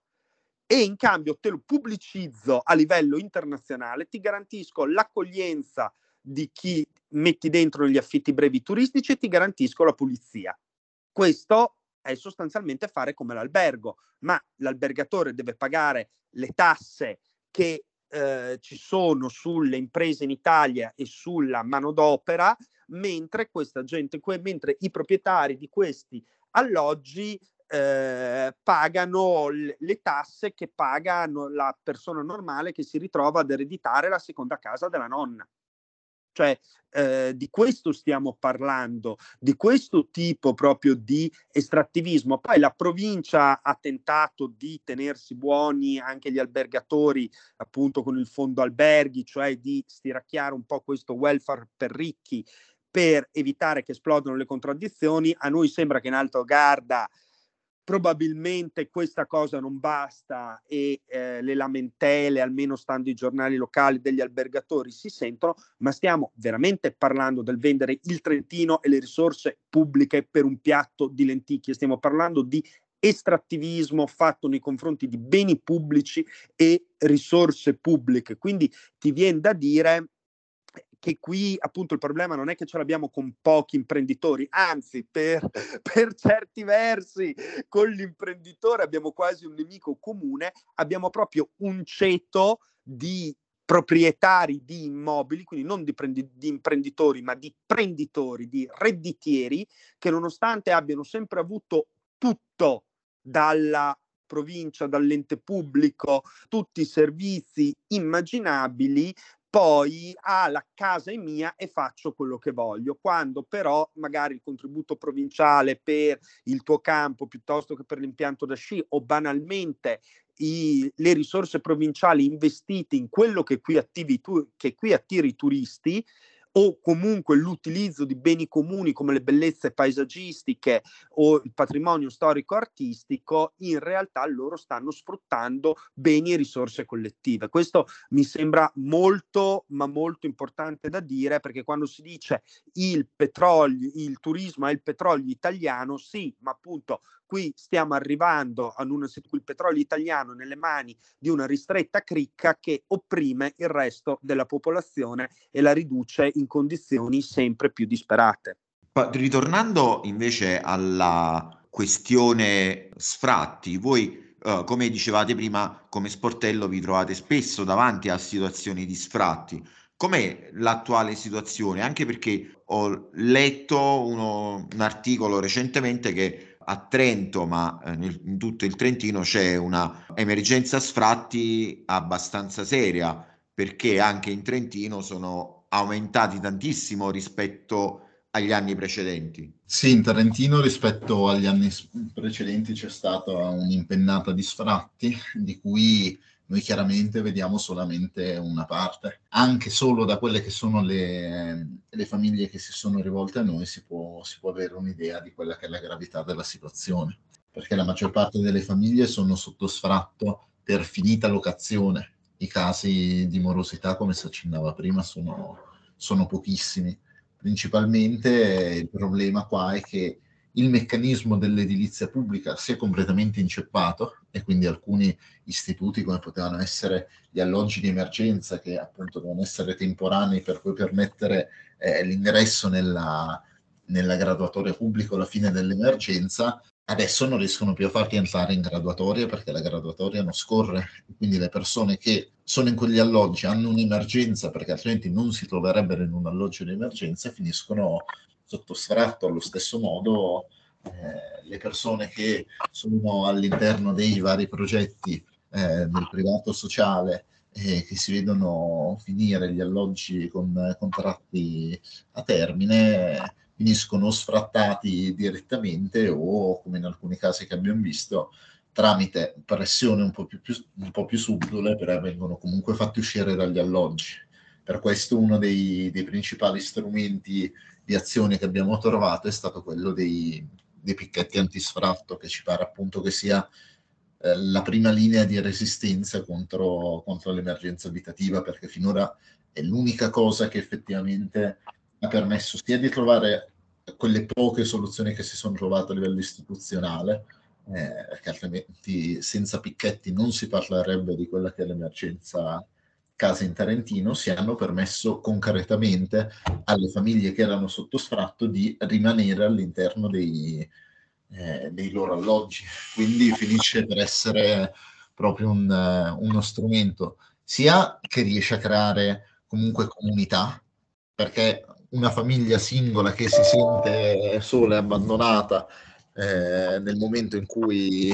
e in cambio te lo pubblicizzo a livello internazionale, ti garantisco l'accoglienza di chi metti dentro negli affitti brevi turistici e ti garantisco la pulizia. Questo è sostanzialmente fare come l'albergo, ma l'albergatore deve pagare le tasse che eh, ci sono sulle imprese in Italia e sulla manodopera, mentre questa gente, que- mentre i proprietari di questi alloggi eh, pagano l- le tasse che pagano la persona normale che si ritrova ad ereditare la seconda casa della nonna. Cioè eh, di questo stiamo parlando, di questo tipo proprio di estrattivismo. Poi la provincia ha tentato di tenersi buoni anche gli albergatori, appunto con il fondo alberghi, cioè di stiracchiare un po' questo welfare per ricchi per evitare che esplodano le contraddizioni. A noi sembra che in Altogarda probabilmente questa cosa non basta e eh, le lamentele, almeno stando i giornali locali, degli albergatori si sentono, ma stiamo veramente parlando del vendere il Trentino e le risorse pubbliche per un piatto di lenticchie. Stiamo parlando di estrattivismo fatto nei confronti di beni pubblici e risorse pubbliche. Quindi ti viene da dire che qui appunto il problema non è che ce l'abbiamo con pochi imprenditori, anzi per, per certi versi con l'imprenditore abbiamo quasi un nemico comune, abbiamo proprio un ceto di proprietari di immobili, quindi non di, prendi- di imprenditori, ma di prenditori, di redditieri, che nonostante abbiano sempre avuto tutto dalla provincia, dall'ente pubblico, tutti i servizi immaginabili, poi ah, la casa è mia e faccio quello che voglio, quando però magari il contributo provinciale per il tuo campo piuttosto che per l'impianto da sci o banalmente i, le risorse provinciali investite in quello che qui attivi tu, che qui attiri i turisti, o comunque l'utilizzo di beni comuni come le bellezze paesaggistiche o il patrimonio storico-artistico, in realtà loro stanno sfruttando beni e risorse collettive. Questo mi sembra molto, ma molto importante da dire, perché quando si dice il petrolio, il turismo è il petrolio italiano, sì, ma appunto qui stiamo arrivando a una il petrolio italiano nelle mani di una ristretta cricca che opprime il resto della popolazione e la riduce in condizioni sempre più disperate. Ritornando invece alla questione sfratti, voi uh, come dicevate prima, come sportello vi trovate spesso davanti a situazioni di sfratti. Com'è l'attuale situazione? Anche perché ho letto uno, un articolo recentemente che a Trento, ma eh, nel, in tutto il Trentino, c'è una emergenza sfratti abbastanza seria, perché anche in Trentino sono aumentati tantissimo rispetto agli anni precedenti. Sì, in Trentino rispetto agli anni precedenti c'è stata un'impennata di sfratti, di cui noi chiaramente vediamo solamente una parte. Anche solo da quelle che sono le, le famiglie che si sono rivolte a noi si può, si può avere un'idea di quella che è la gravità della situazione, perché la maggior parte delle famiglie sono sotto sfratto per finita locazione. I casi di morosità, come si accennava prima, sono, sono pochissimi. Principalmente il problema qua è che il meccanismo dell'edilizia pubblica si è completamente inceppato e quindi alcuni istituti, come potevano essere gli alloggi di emergenza, che appunto devono essere temporanei per poi permettere eh, l'ingresso nella, nella graduatoria pubblica alla fine dell'emergenza, adesso non riescono più a farti entrare in graduatoria perché la graduatoria non scorre. Quindi le persone che sono in quegli alloggi hanno un'emergenza, perché altrimenti non si troverebbero in un alloggio di emergenza, e finiscono sotto sfratto. Allo stesso modo eh, le persone che sono all'interno dei vari progetti eh, del privato sociale e che si vedono finire gli alloggi con contratti a termine finiscono sfrattati direttamente o, come in alcuni casi che abbiamo visto, tramite pressione un po' più, più, un po' più subdole, però vengono comunque fatti uscire dagli alloggi. Per questo uno dei, dei principali strumenti di azione che abbiamo trovato è stato quello dei, dei picchetti antisfratto, che ci pare appunto che sia eh, la prima linea di resistenza contro, contro l'emergenza abitativa, perché finora è l'unica cosa che effettivamente ha permesso sia di trovare quelle poche soluzioni che si sono trovate a livello istituzionale, eh, perché altrimenti senza picchetti non si parlerebbe di quella che è l'emergenza casa in Trentino, si hanno permesso concretamente alle famiglie che erano sotto sfratto di rimanere all'interno dei, eh, dei loro alloggi. Quindi finisce per essere proprio un, uh, uno strumento sia che riesce a creare comunque comunità, perché una famiglia singola che si sente sola e abbandonata eh, nel momento in cui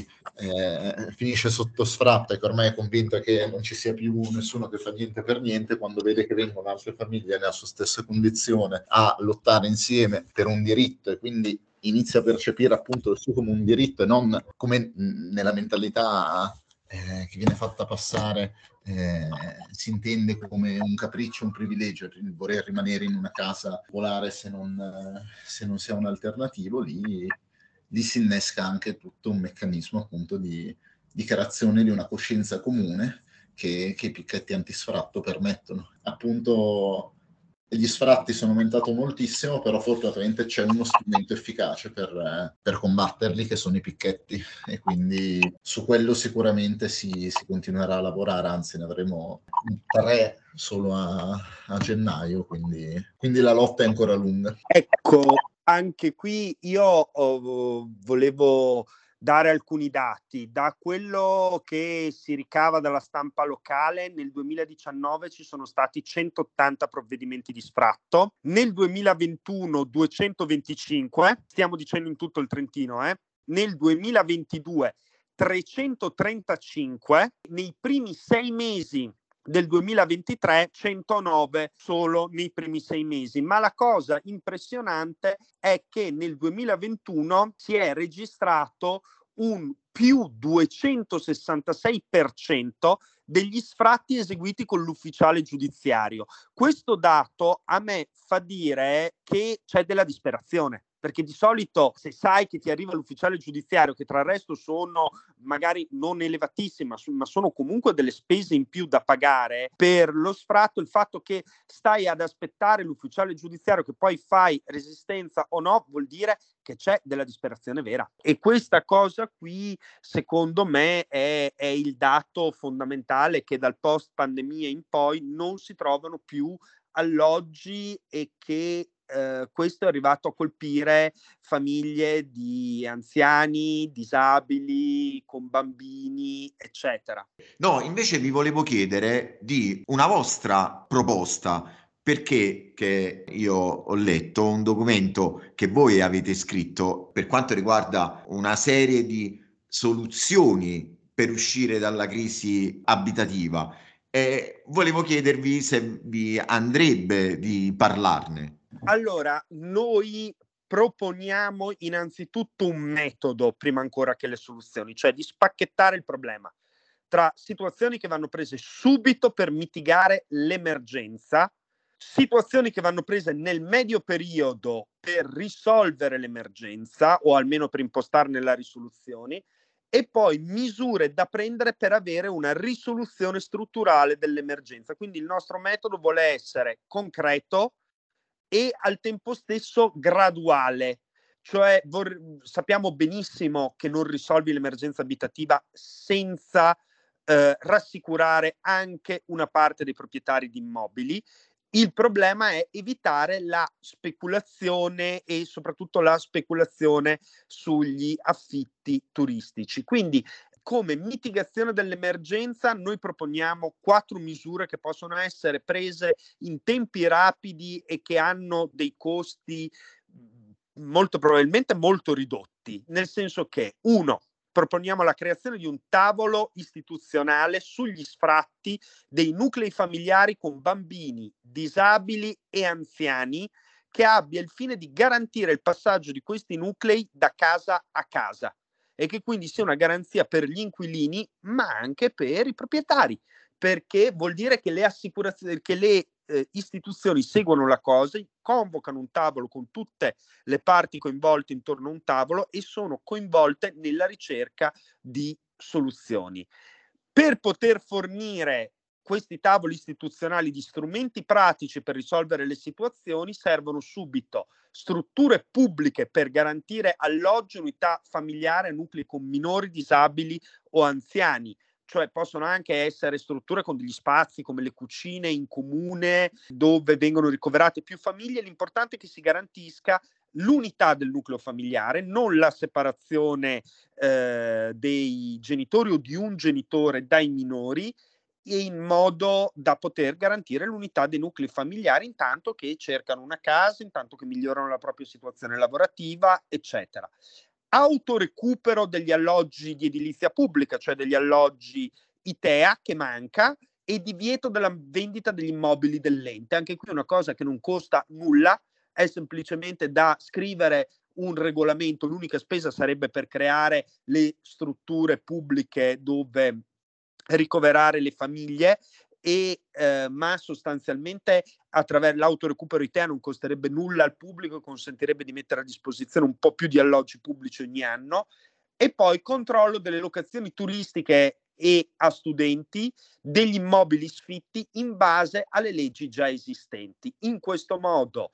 eh, finisce sotto sfratto e che ormai è convinta che non ci sia più nessuno che fa niente per niente, quando vede che vengono altre famiglie nella sua stessa condizione a lottare insieme per un diritto, e quindi inizia a percepire appunto il suo come un diritto e non come nella mentalità eh, che viene fatta passare eh, si intende come un capriccio, un privilegio, voler rimanere in una casa volare se non, se non sia un alternativo. Lì, lì si innesca anche tutto un meccanismo appunto di, di creazione di una coscienza comune che, che i picchetti antisfratto permettono. Appunto gli sfratti sono aumentato moltissimo, però fortunatamente c'è uno strumento efficace per, eh, per combatterli, che sono i picchetti, e quindi su quello sicuramente si, si continuerà a lavorare, anzi ne avremo tre solo a, a gennaio, quindi, quindi la lotta è ancora lunga. Ecco, anche qui io oh, volevo dare alcuni dati. Da quello che si ricava dalla stampa locale, nel duemiladiciannove ci sono stati centottanta provvedimenti di sfratto, nel duemilaventuno duecentoventicinque, stiamo dicendo in tutto il Trentino, eh? Nel duemilaventidue trecentotrentacinque, nei primi sei mesi del duemilaventitré centonove solo nei primi sei mesi. Ma la cosa impressionante è che nel duemilaventuno si è registrato un più duecentosessantasei per cento degli sfratti eseguiti con l'ufficiale giudiziario. Questo dato a me fa dire che c'è della disperazione, perché di solito se sai che ti arriva l'ufficiale giudiziario, che tra il resto sono magari non elevatissime, ma sono comunque delle spese in più da pagare per lo sfratto, il fatto che stai ad aspettare l'ufficiale giudiziario che poi fai resistenza o no, vuol dire che c'è della disperazione vera. E questa cosa qui, secondo me, è, è il dato fondamentale, che dal post pandemia in poi non si trovano più alloggi e che Uh, questo è arrivato a colpire famiglie di anziani, disabili, con bambini, eccetera. No, invece vi volevo chiedere di una vostra proposta, perché che io ho letto un documento che voi avete scritto per quanto riguarda una serie di soluzioni per uscire dalla crisi abitativa. E volevo chiedervi se vi andrebbe di parlarne. Allora, noi proponiamo innanzitutto un metodo prima ancora che le soluzioni, cioè di spacchettare il problema tra situazioni che vanno prese subito per mitigare l'emergenza, situazioni che vanno prese nel medio periodo per risolvere l'emergenza o almeno per impostarne la risoluzione, e poi misure da prendere per avere una risoluzione strutturale dell'emergenza. Quindi il nostro metodo vuole essere concreto e al tempo stesso graduale. Cioè vor- sappiamo benissimo che non risolvi l'emergenza abitativa senza eh, rassicurare anche una parte dei proprietari di immobili. Il problema è evitare la speculazione e soprattutto la speculazione sugli affitti turistici. Quindi, come mitigazione dell'emergenza, noi proponiamo quattro misure che possono essere prese in tempi rapidi e che hanno dei costi molto probabilmente molto ridotti, nel senso che, uno, proponiamo la creazione di un tavolo istituzionale sugli sfratti dei nuclei familiari con bambini, disabili e anziani, che abbia il fine di garantire il passaggio di questi nuclei da casa a casa e che quindi sia una garanzia per gli inquilini ma anche per i proprietari, perché vuol dire che le assicurazioni, che le eh, istituzioni seguono la cosa, convocano un tavolo con tutte le parti coinvolte intorno a un tavolo e sono coinvolte nella ricerca di soluzioni. Per poter fornire questi tavoli istituzionali di strumenti pratici per risolvere le situazioni servono subito strutture pubbliche per garantire alloggio e unità familiare a nuclei con minori, disabili o anziani. Cioè possono anche essere strutture con degli spazi come le cucine in comune dove vengono ricoverate più famiglie. L'importante è che si garantisca l'unità del nucleo familiare, non la separazione eh, dei genitori o di un genitore dai minori, e in modo da poter garantire l'unità dei nuclei familiari intanto che cercano una casa, intanto che migliorano la propria situazione lavorativa, eccetera. Autorecupero degli alloggi di edilizia pubblica, cioè degli alloggi I T E A che manca, e divieto della vendita degli immobili dell'ente. Anche qui è una cosa che non costa nulla, è semplicemente da scrivere un regolamento. L'unica spesa sarebbe per creare le strutture pubbliche dove ricoverare le famiglie, e eh, ma sostanzialmente attraverso l'autorecupero I T E A non costerebbe nulla al pubblico e consentirebbe di mettere a disposizione un po' più di alloggi pubblici ogni anno. E poi controllo delle locazioni turistiche e a studenti degli immobili sfitti in base alle leggi già esistenti. In questo modo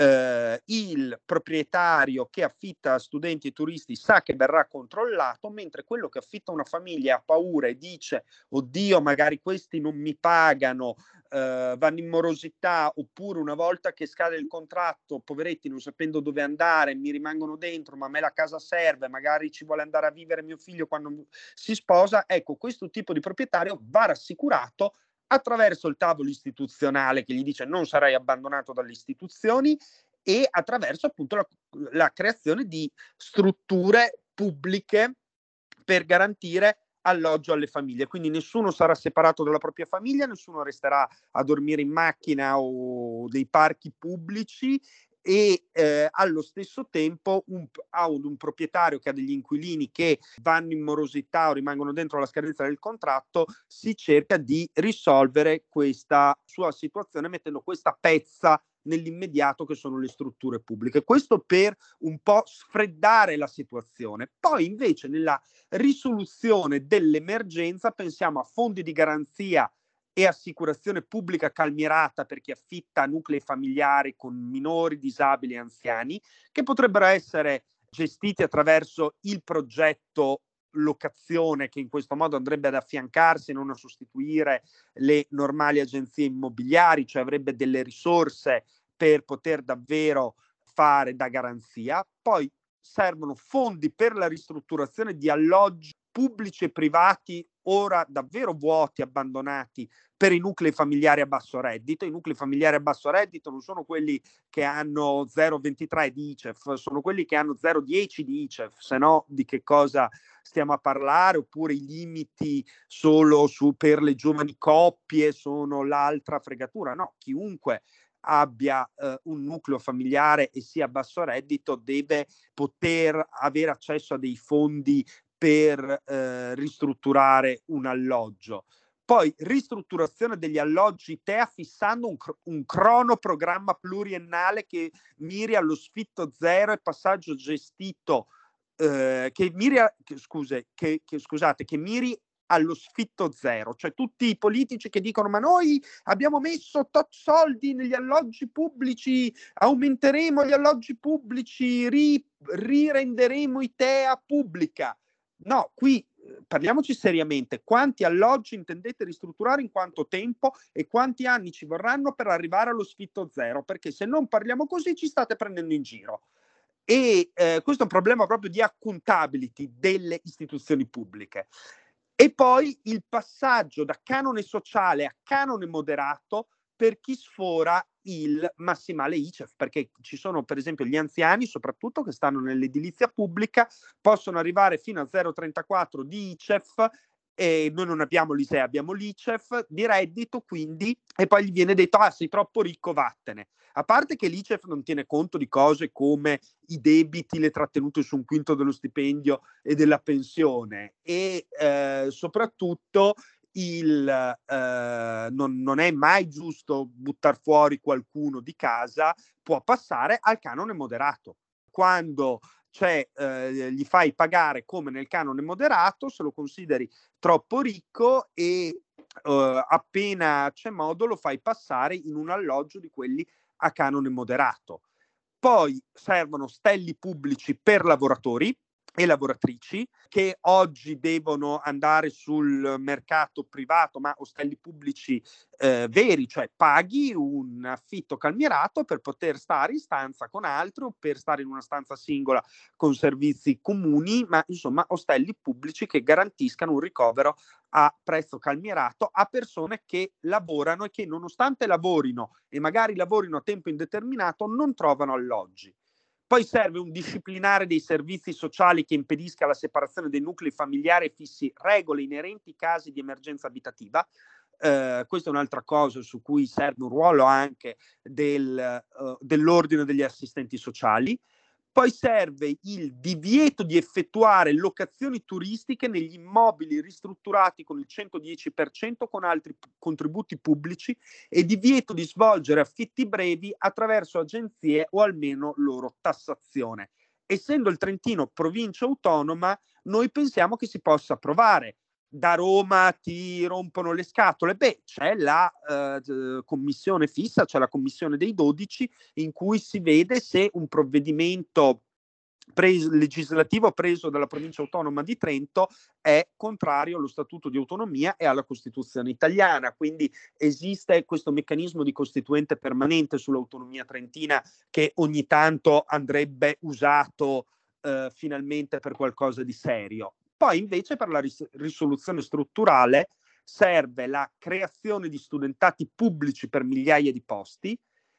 eh, il proprietario che affitta a studenti e turisti sa che verrà controllato, mentre quello che affitta una famiglia ha paura e dice oddio magari questi non mi pagano, eh, vanno in morosità, oppure una volta che scade il contratto, poveretti, non sapendo dove andare, mi rimangono dentro, ma a me la casa serve, magari ci vuole andare a vivere mio figlio quando si sposa. Ecco, questo tipo di proprietario va rassicurato attraverso il tavolo istituzionale che gli dice non sarai abbandonato dalle istituzioni, e attraverso appunto la, la creazione di strutture pubbliche per garantire alloggio alle famiglie. Quindi nessuno sarà separato dalla propria famiglia, nessuno resterà a dormire in macchina o dei parchi pubblici, e eh, allo stesso tempo un, a un, un proprietario che ha degli inquilini che vanno in morosità o rimangono dentro la scadenza del contratto, si cerca di risolvere questa sua situazione mettendo questa pezza nell'immediato che sono le strutture pubbliche. Questo per un po' sfreddare la situazione. Poi invece nella risoluzione dell'emergenza pensiamo a fondi di garanzia e assicurazione pubblica calmierata per chi affitta nuclei familiari con minori, disabili e anziani, che potrebbero essere gestiti attraverso il progetto locazione, che in questo modo andrebbe ad affiancarsi e non a sostituire le normali agenzie immobiliari, cioè avrebbe delle risorse per poter davvero fare da garanzia. Poi servono fondi per la ristrutturazione di alloggi pubblici e privati ora davvero vuoti, abbandonati per i nuclei familiari a basso reddito. I nuclei familiari a basso reddito non sono quelli che hanno zero virgola ventitré di I C E F, sono quelli che hanno zero virgola dieci di I C E F, se no di che cosa stiamo a parlare? Oppure i limiti solo su, per le giovani coppie sono l'altra fregatura. No, chiunque abbia eh, un nucleo familiare e sia a basso reddito deve poter avere accesso a dei fondi per eh, ristrutturare un alloggio. Poi ristrutturazione degli alloggi T E A fissando un, cr- un cronoprogramma pluriennale che miri allo sfitto zero e passaggio gestito eh, che miri a, che, scuse, che, che, scusate, che miri allo sfitto zero, cioè tutti i politici che dicono ma noi abbiamo messo tot soldi negli alloggi pubblici, aumenteremo gli alloggi pubblici, ri, rirenderemo i T E A pubblica. No, qui parliamoci seriamente, quanti alloggi intendete ristrutturare in quanto tempo e quanti anni ci vorranno per arrivare allo sfitto zero? Perché se non parliamo così ci state prendendo in giro. E eh, questo è un problema proprio di accountability delle istituzioni pubbliche. E poi il passaggio da canone sociale a canone moderato per chi sfora il massimale I C E F, perché ci sono per esempio gli anziani soprattutto che stanno nell'edilizia pubblica, possono arrivare fino a zero virgola trentaquattro di I C E F e noi non abbiamo l'I S E E, abbiamo l'I C E F di reddito, quindi, e poi gli viene detto ah sei troppo ricco, vattene. A parte che l'I C E F non tiene conto di cose come i debiti, le trattenute su un quinto dello stipendio e della pensione e eh, soprattutto il, eh, non, non è mai giusto buttare fuori qualcuno di casa, può passare al canone moderato. Quando cioè, eh, gli fai pagare come nel canone moderato, se lo consideri troppo ricco e eh, appena c'è modo lo fai passare in un alloggio di quelli a canone moderato. Poi servono stelli pubblici per lavoratori e lavoratrici che oggi devono andare sul mercato privato, ma ostelli pubblici eh, veri, cioè paghi un affitto calmierato per poter stare in stanza con altri o per stare in una stanza singola con servizi comuni, ma insomma ostelli pubblici che garantiscano un ricovero a prezzo calmierato a persone che lavorano e che nonostante lavorino e magari lavorino a tempo indeterminato non trovano alloggi. Poi serve un disciplinare dei servizi sociali che impedisca la separazione dei nuclei familiari e fissi regole inerenti ai casi di emergenza abitativa. Eh, questa è un'altra cosa su cui serve un ruolo anche del, uh, dell'ordine degli assistenti sociali. Poi serve il divieto di effettuare locazioni turistiche negli immobili ristrutturati con il centodieci per cento con altri p- contributi pubblici e divieto di svolgere affitti brevi attraverso agenzie o almeno loro tassazione. Essendo il Trentino provincia autonoma, noi pensiamo che si possa approvare. Da Roma ti rompono le scatole? Beh, c'è la eh, commissione fissa, c'è la commissione dei dodici in cui si vede se un provvedimento pres- legislativo preso dalla provincia autonoma di Trento è contrario allo Statuto di autonomia e alla Costituzione italiana. Quindi esiste questo meccanismo di costituente permanente sull'autonomia trentina che ogni tanto andrebbe usato eh, finalmente per qualcosa di serio. Poi invece per la ris- risoluzione strutturale serve la creazione di studentati pubblici per migliaia di posti,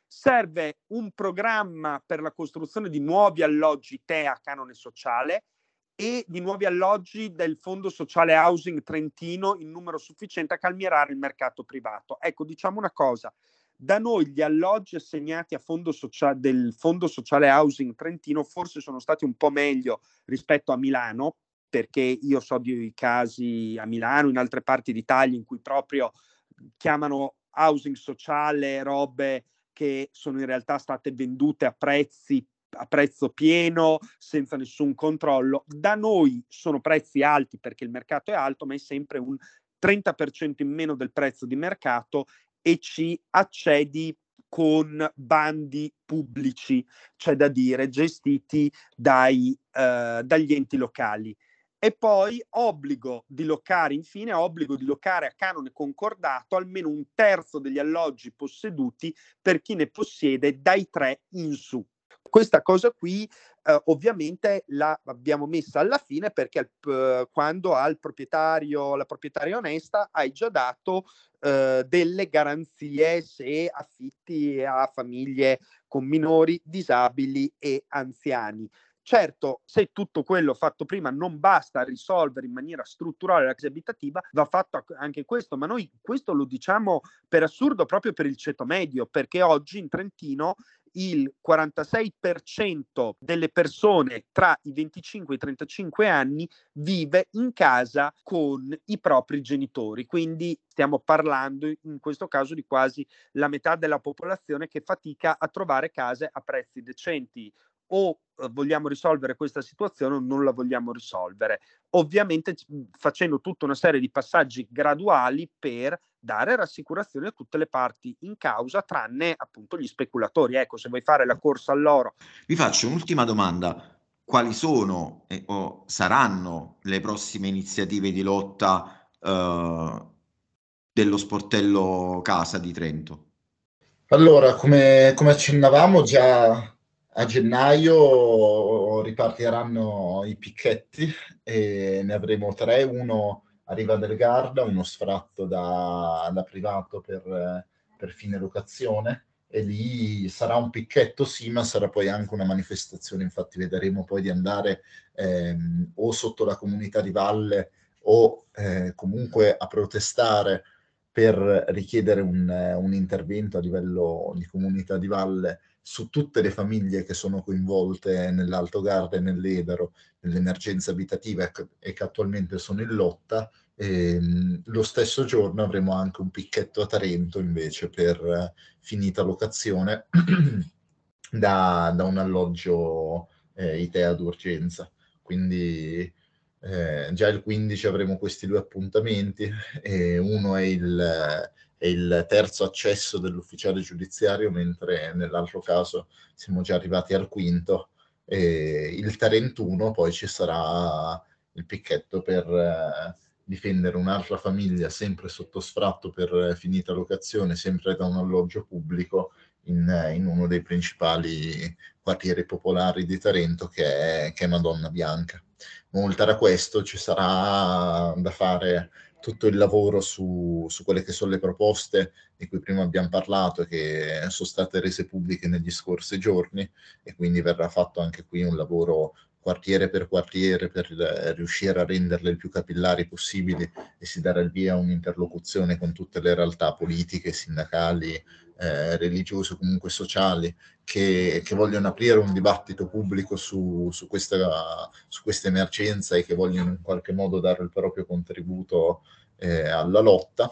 serve un programma per la costruzione di nuovi alloggi T E A a canone sociale e di nuovi alloggi del Fondo Sociale Housing Trentino in numero sufficiente a calmierare il mercato privato. Ecco, diciamo una cosa, da noi gli alloggi assegnati a fondo socia- del Fondo Sociale Housing Trentino forse sono stati un po' meglio rispetto a Milano, perché io so di casi a Milano, in altre parti d'Italia, in cui proprio chiamano housing sociale robe che sono in realtà state vendute a prezzi a prezzo pieno, senza nessun controllo. Da noi sono prezzi alti perché il mercato è alto, ma è sempre un trenta per cento in meno del prezzo di mercato e ci accedi con bandi pubblici, cioè da dire gestiti dai, eh, dagli enti locali. E poi obbligo di locare, infine, obbligo di locare a canone concordato almeno un terzo degli alloggi posseduti per chi ne possiede dai tre in su. Questa cosa qui eh, ovviamente l'abbiamo messa alla fine perché il, quando al proprietario, la proprietaria onesta hai già dato eh, delle garanzie se affitti a famiglie con minori, disabili e anziani. Certo, se tutto quello fatto prima non basta a risolvere in maniera strutturale la crisi abitativa, va fatto anche questo, ma noi questo lo diciamo per assurdo proprio per il ceto medio, perché oggi in Trentino il quarantasei per cento delle persone tra i venticinque e i trentacinque anni vive in casa con i propri genitori, quindi stiamo parlando in questo caso di quasi la metà della popolazione che fatica a trovare case a prezzi decenti. O eh, vogliamo risolvere questa situazione o non la vogliamo risolvere, ovviamente facendo tutta una serie di passaggi graduali per dare rassicurazione a tutte le parti in causa, tranne appunto gli speculatori. Ecco, se vuoi fare la corsa all'oro. Vi faccio un'ultima domanda: quali sono eh, o saranno le prossime iniziative di lotta eh, dello sportello casa di Trento? Allora, come, come accennavamo già a gennaio ripartiranno i picchetti e ne avremo tre, uno a Riva del Garda, uno sfratto da, da privato per, per fine locazione, e lì sarà un picchetto sì, ma sarà poi anche una manifestazione, infatti vedremo poi di andare ehm, o sotto la comunità di valle o eh, comunque a protestare per richiedere un, un intervento a livello di comunità di valle su tutte le famiglie che sono coinvolte nell'Alto Garda e nell'Edaro, nell'emergenza abitativa e che attualmente sono in lotta. E, lo stesso giorno avremo anche un picchetto a Trento invece per uh, finita locazione da, da un alloggio eh, I T E A d'urgenza. Quindi eh, già il quindici avremo questi due appuntamenti, e uno è il, è il terzo accesso dell'ufficiale giudiziario, mentre nell'altro caso siamo già arrivati al quinto. E il trentuno poi ci sarà il picchetto per eh, difendere un'altra famiglia sempre sotto sfratto per eh, finita locazione, sempre da un alloggio pubblico in, in uno dei principali quartieri popolari di Trento, che è, che è Madonna Bianca. Oltre a questo ci sarà da fare tutto il lavoro su, su quelle che sono le proposte di cui prima abbiamo parlato e che sono state rese pubbliche negli scorsi giorni, e quindi verrà fatto anche qui un lavoro quartiere per quartiere per riuscire a renderle il più capillari possibili, e si darà il via a un'interlocuzione con tutte le realtà politiche, sindacali, eh, religiose, comunque sociali, che, che vogliono aprire un dibattito pubblico su, su, questa, su questa emergenza e che vogliono in qualche modo dare il proprio contributo eh, alla lotta.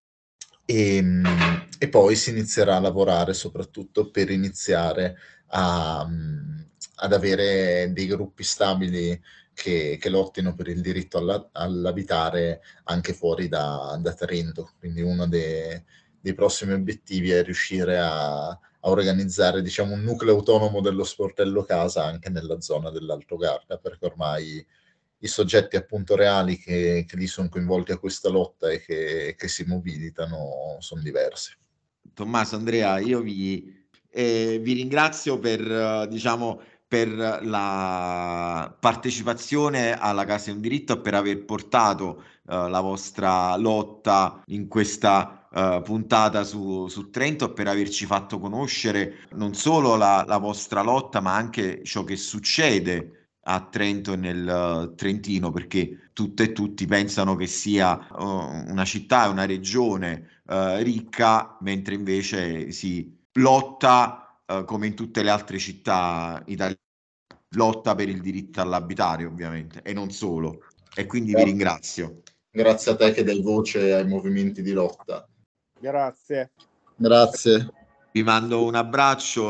E, e poi si inizierà a lavorare soprattutto per iniziare a, ad avere dei gruppi stabili che, che lottino per il diritto alla, all'abitare anche fuori da, da Trento. Quindi uno dei, dei prossimi obiettivi è riuscire a, a organizzare, diciamo, un nucleo autonomo dello sportello casa anche nella zona dell'Alto Garda, perché ormai i soggetti appunto reali che, che lì sono coinvolti a questa lotta e che, che si mobilitano sono diversi. Tommaso, Andrea, io vi, eh, vi ringrazio per, eh, diciamo, per la partecipazione alla Casa è un diritto e per aver portato eh, la vostra lotta in questa eh, puntata su, su Trento, e per averci fatto conoscere non solo la, la vostra lotta, ma anche ciò che succede a Trento e nel uh, Trentino, perché tutte e tutti pensano che sia uh, una città e una regione uh, ricca, mentre invece si lotta uh, come in tutte le altre città italiane, lotta per il diritto all'abitare ovviamente, e non solo. E quindi vi ringrazio. Grazie a te che dai voce ai movimenti di lotta. Grazie. Grazie. Vi mando un abbraccio.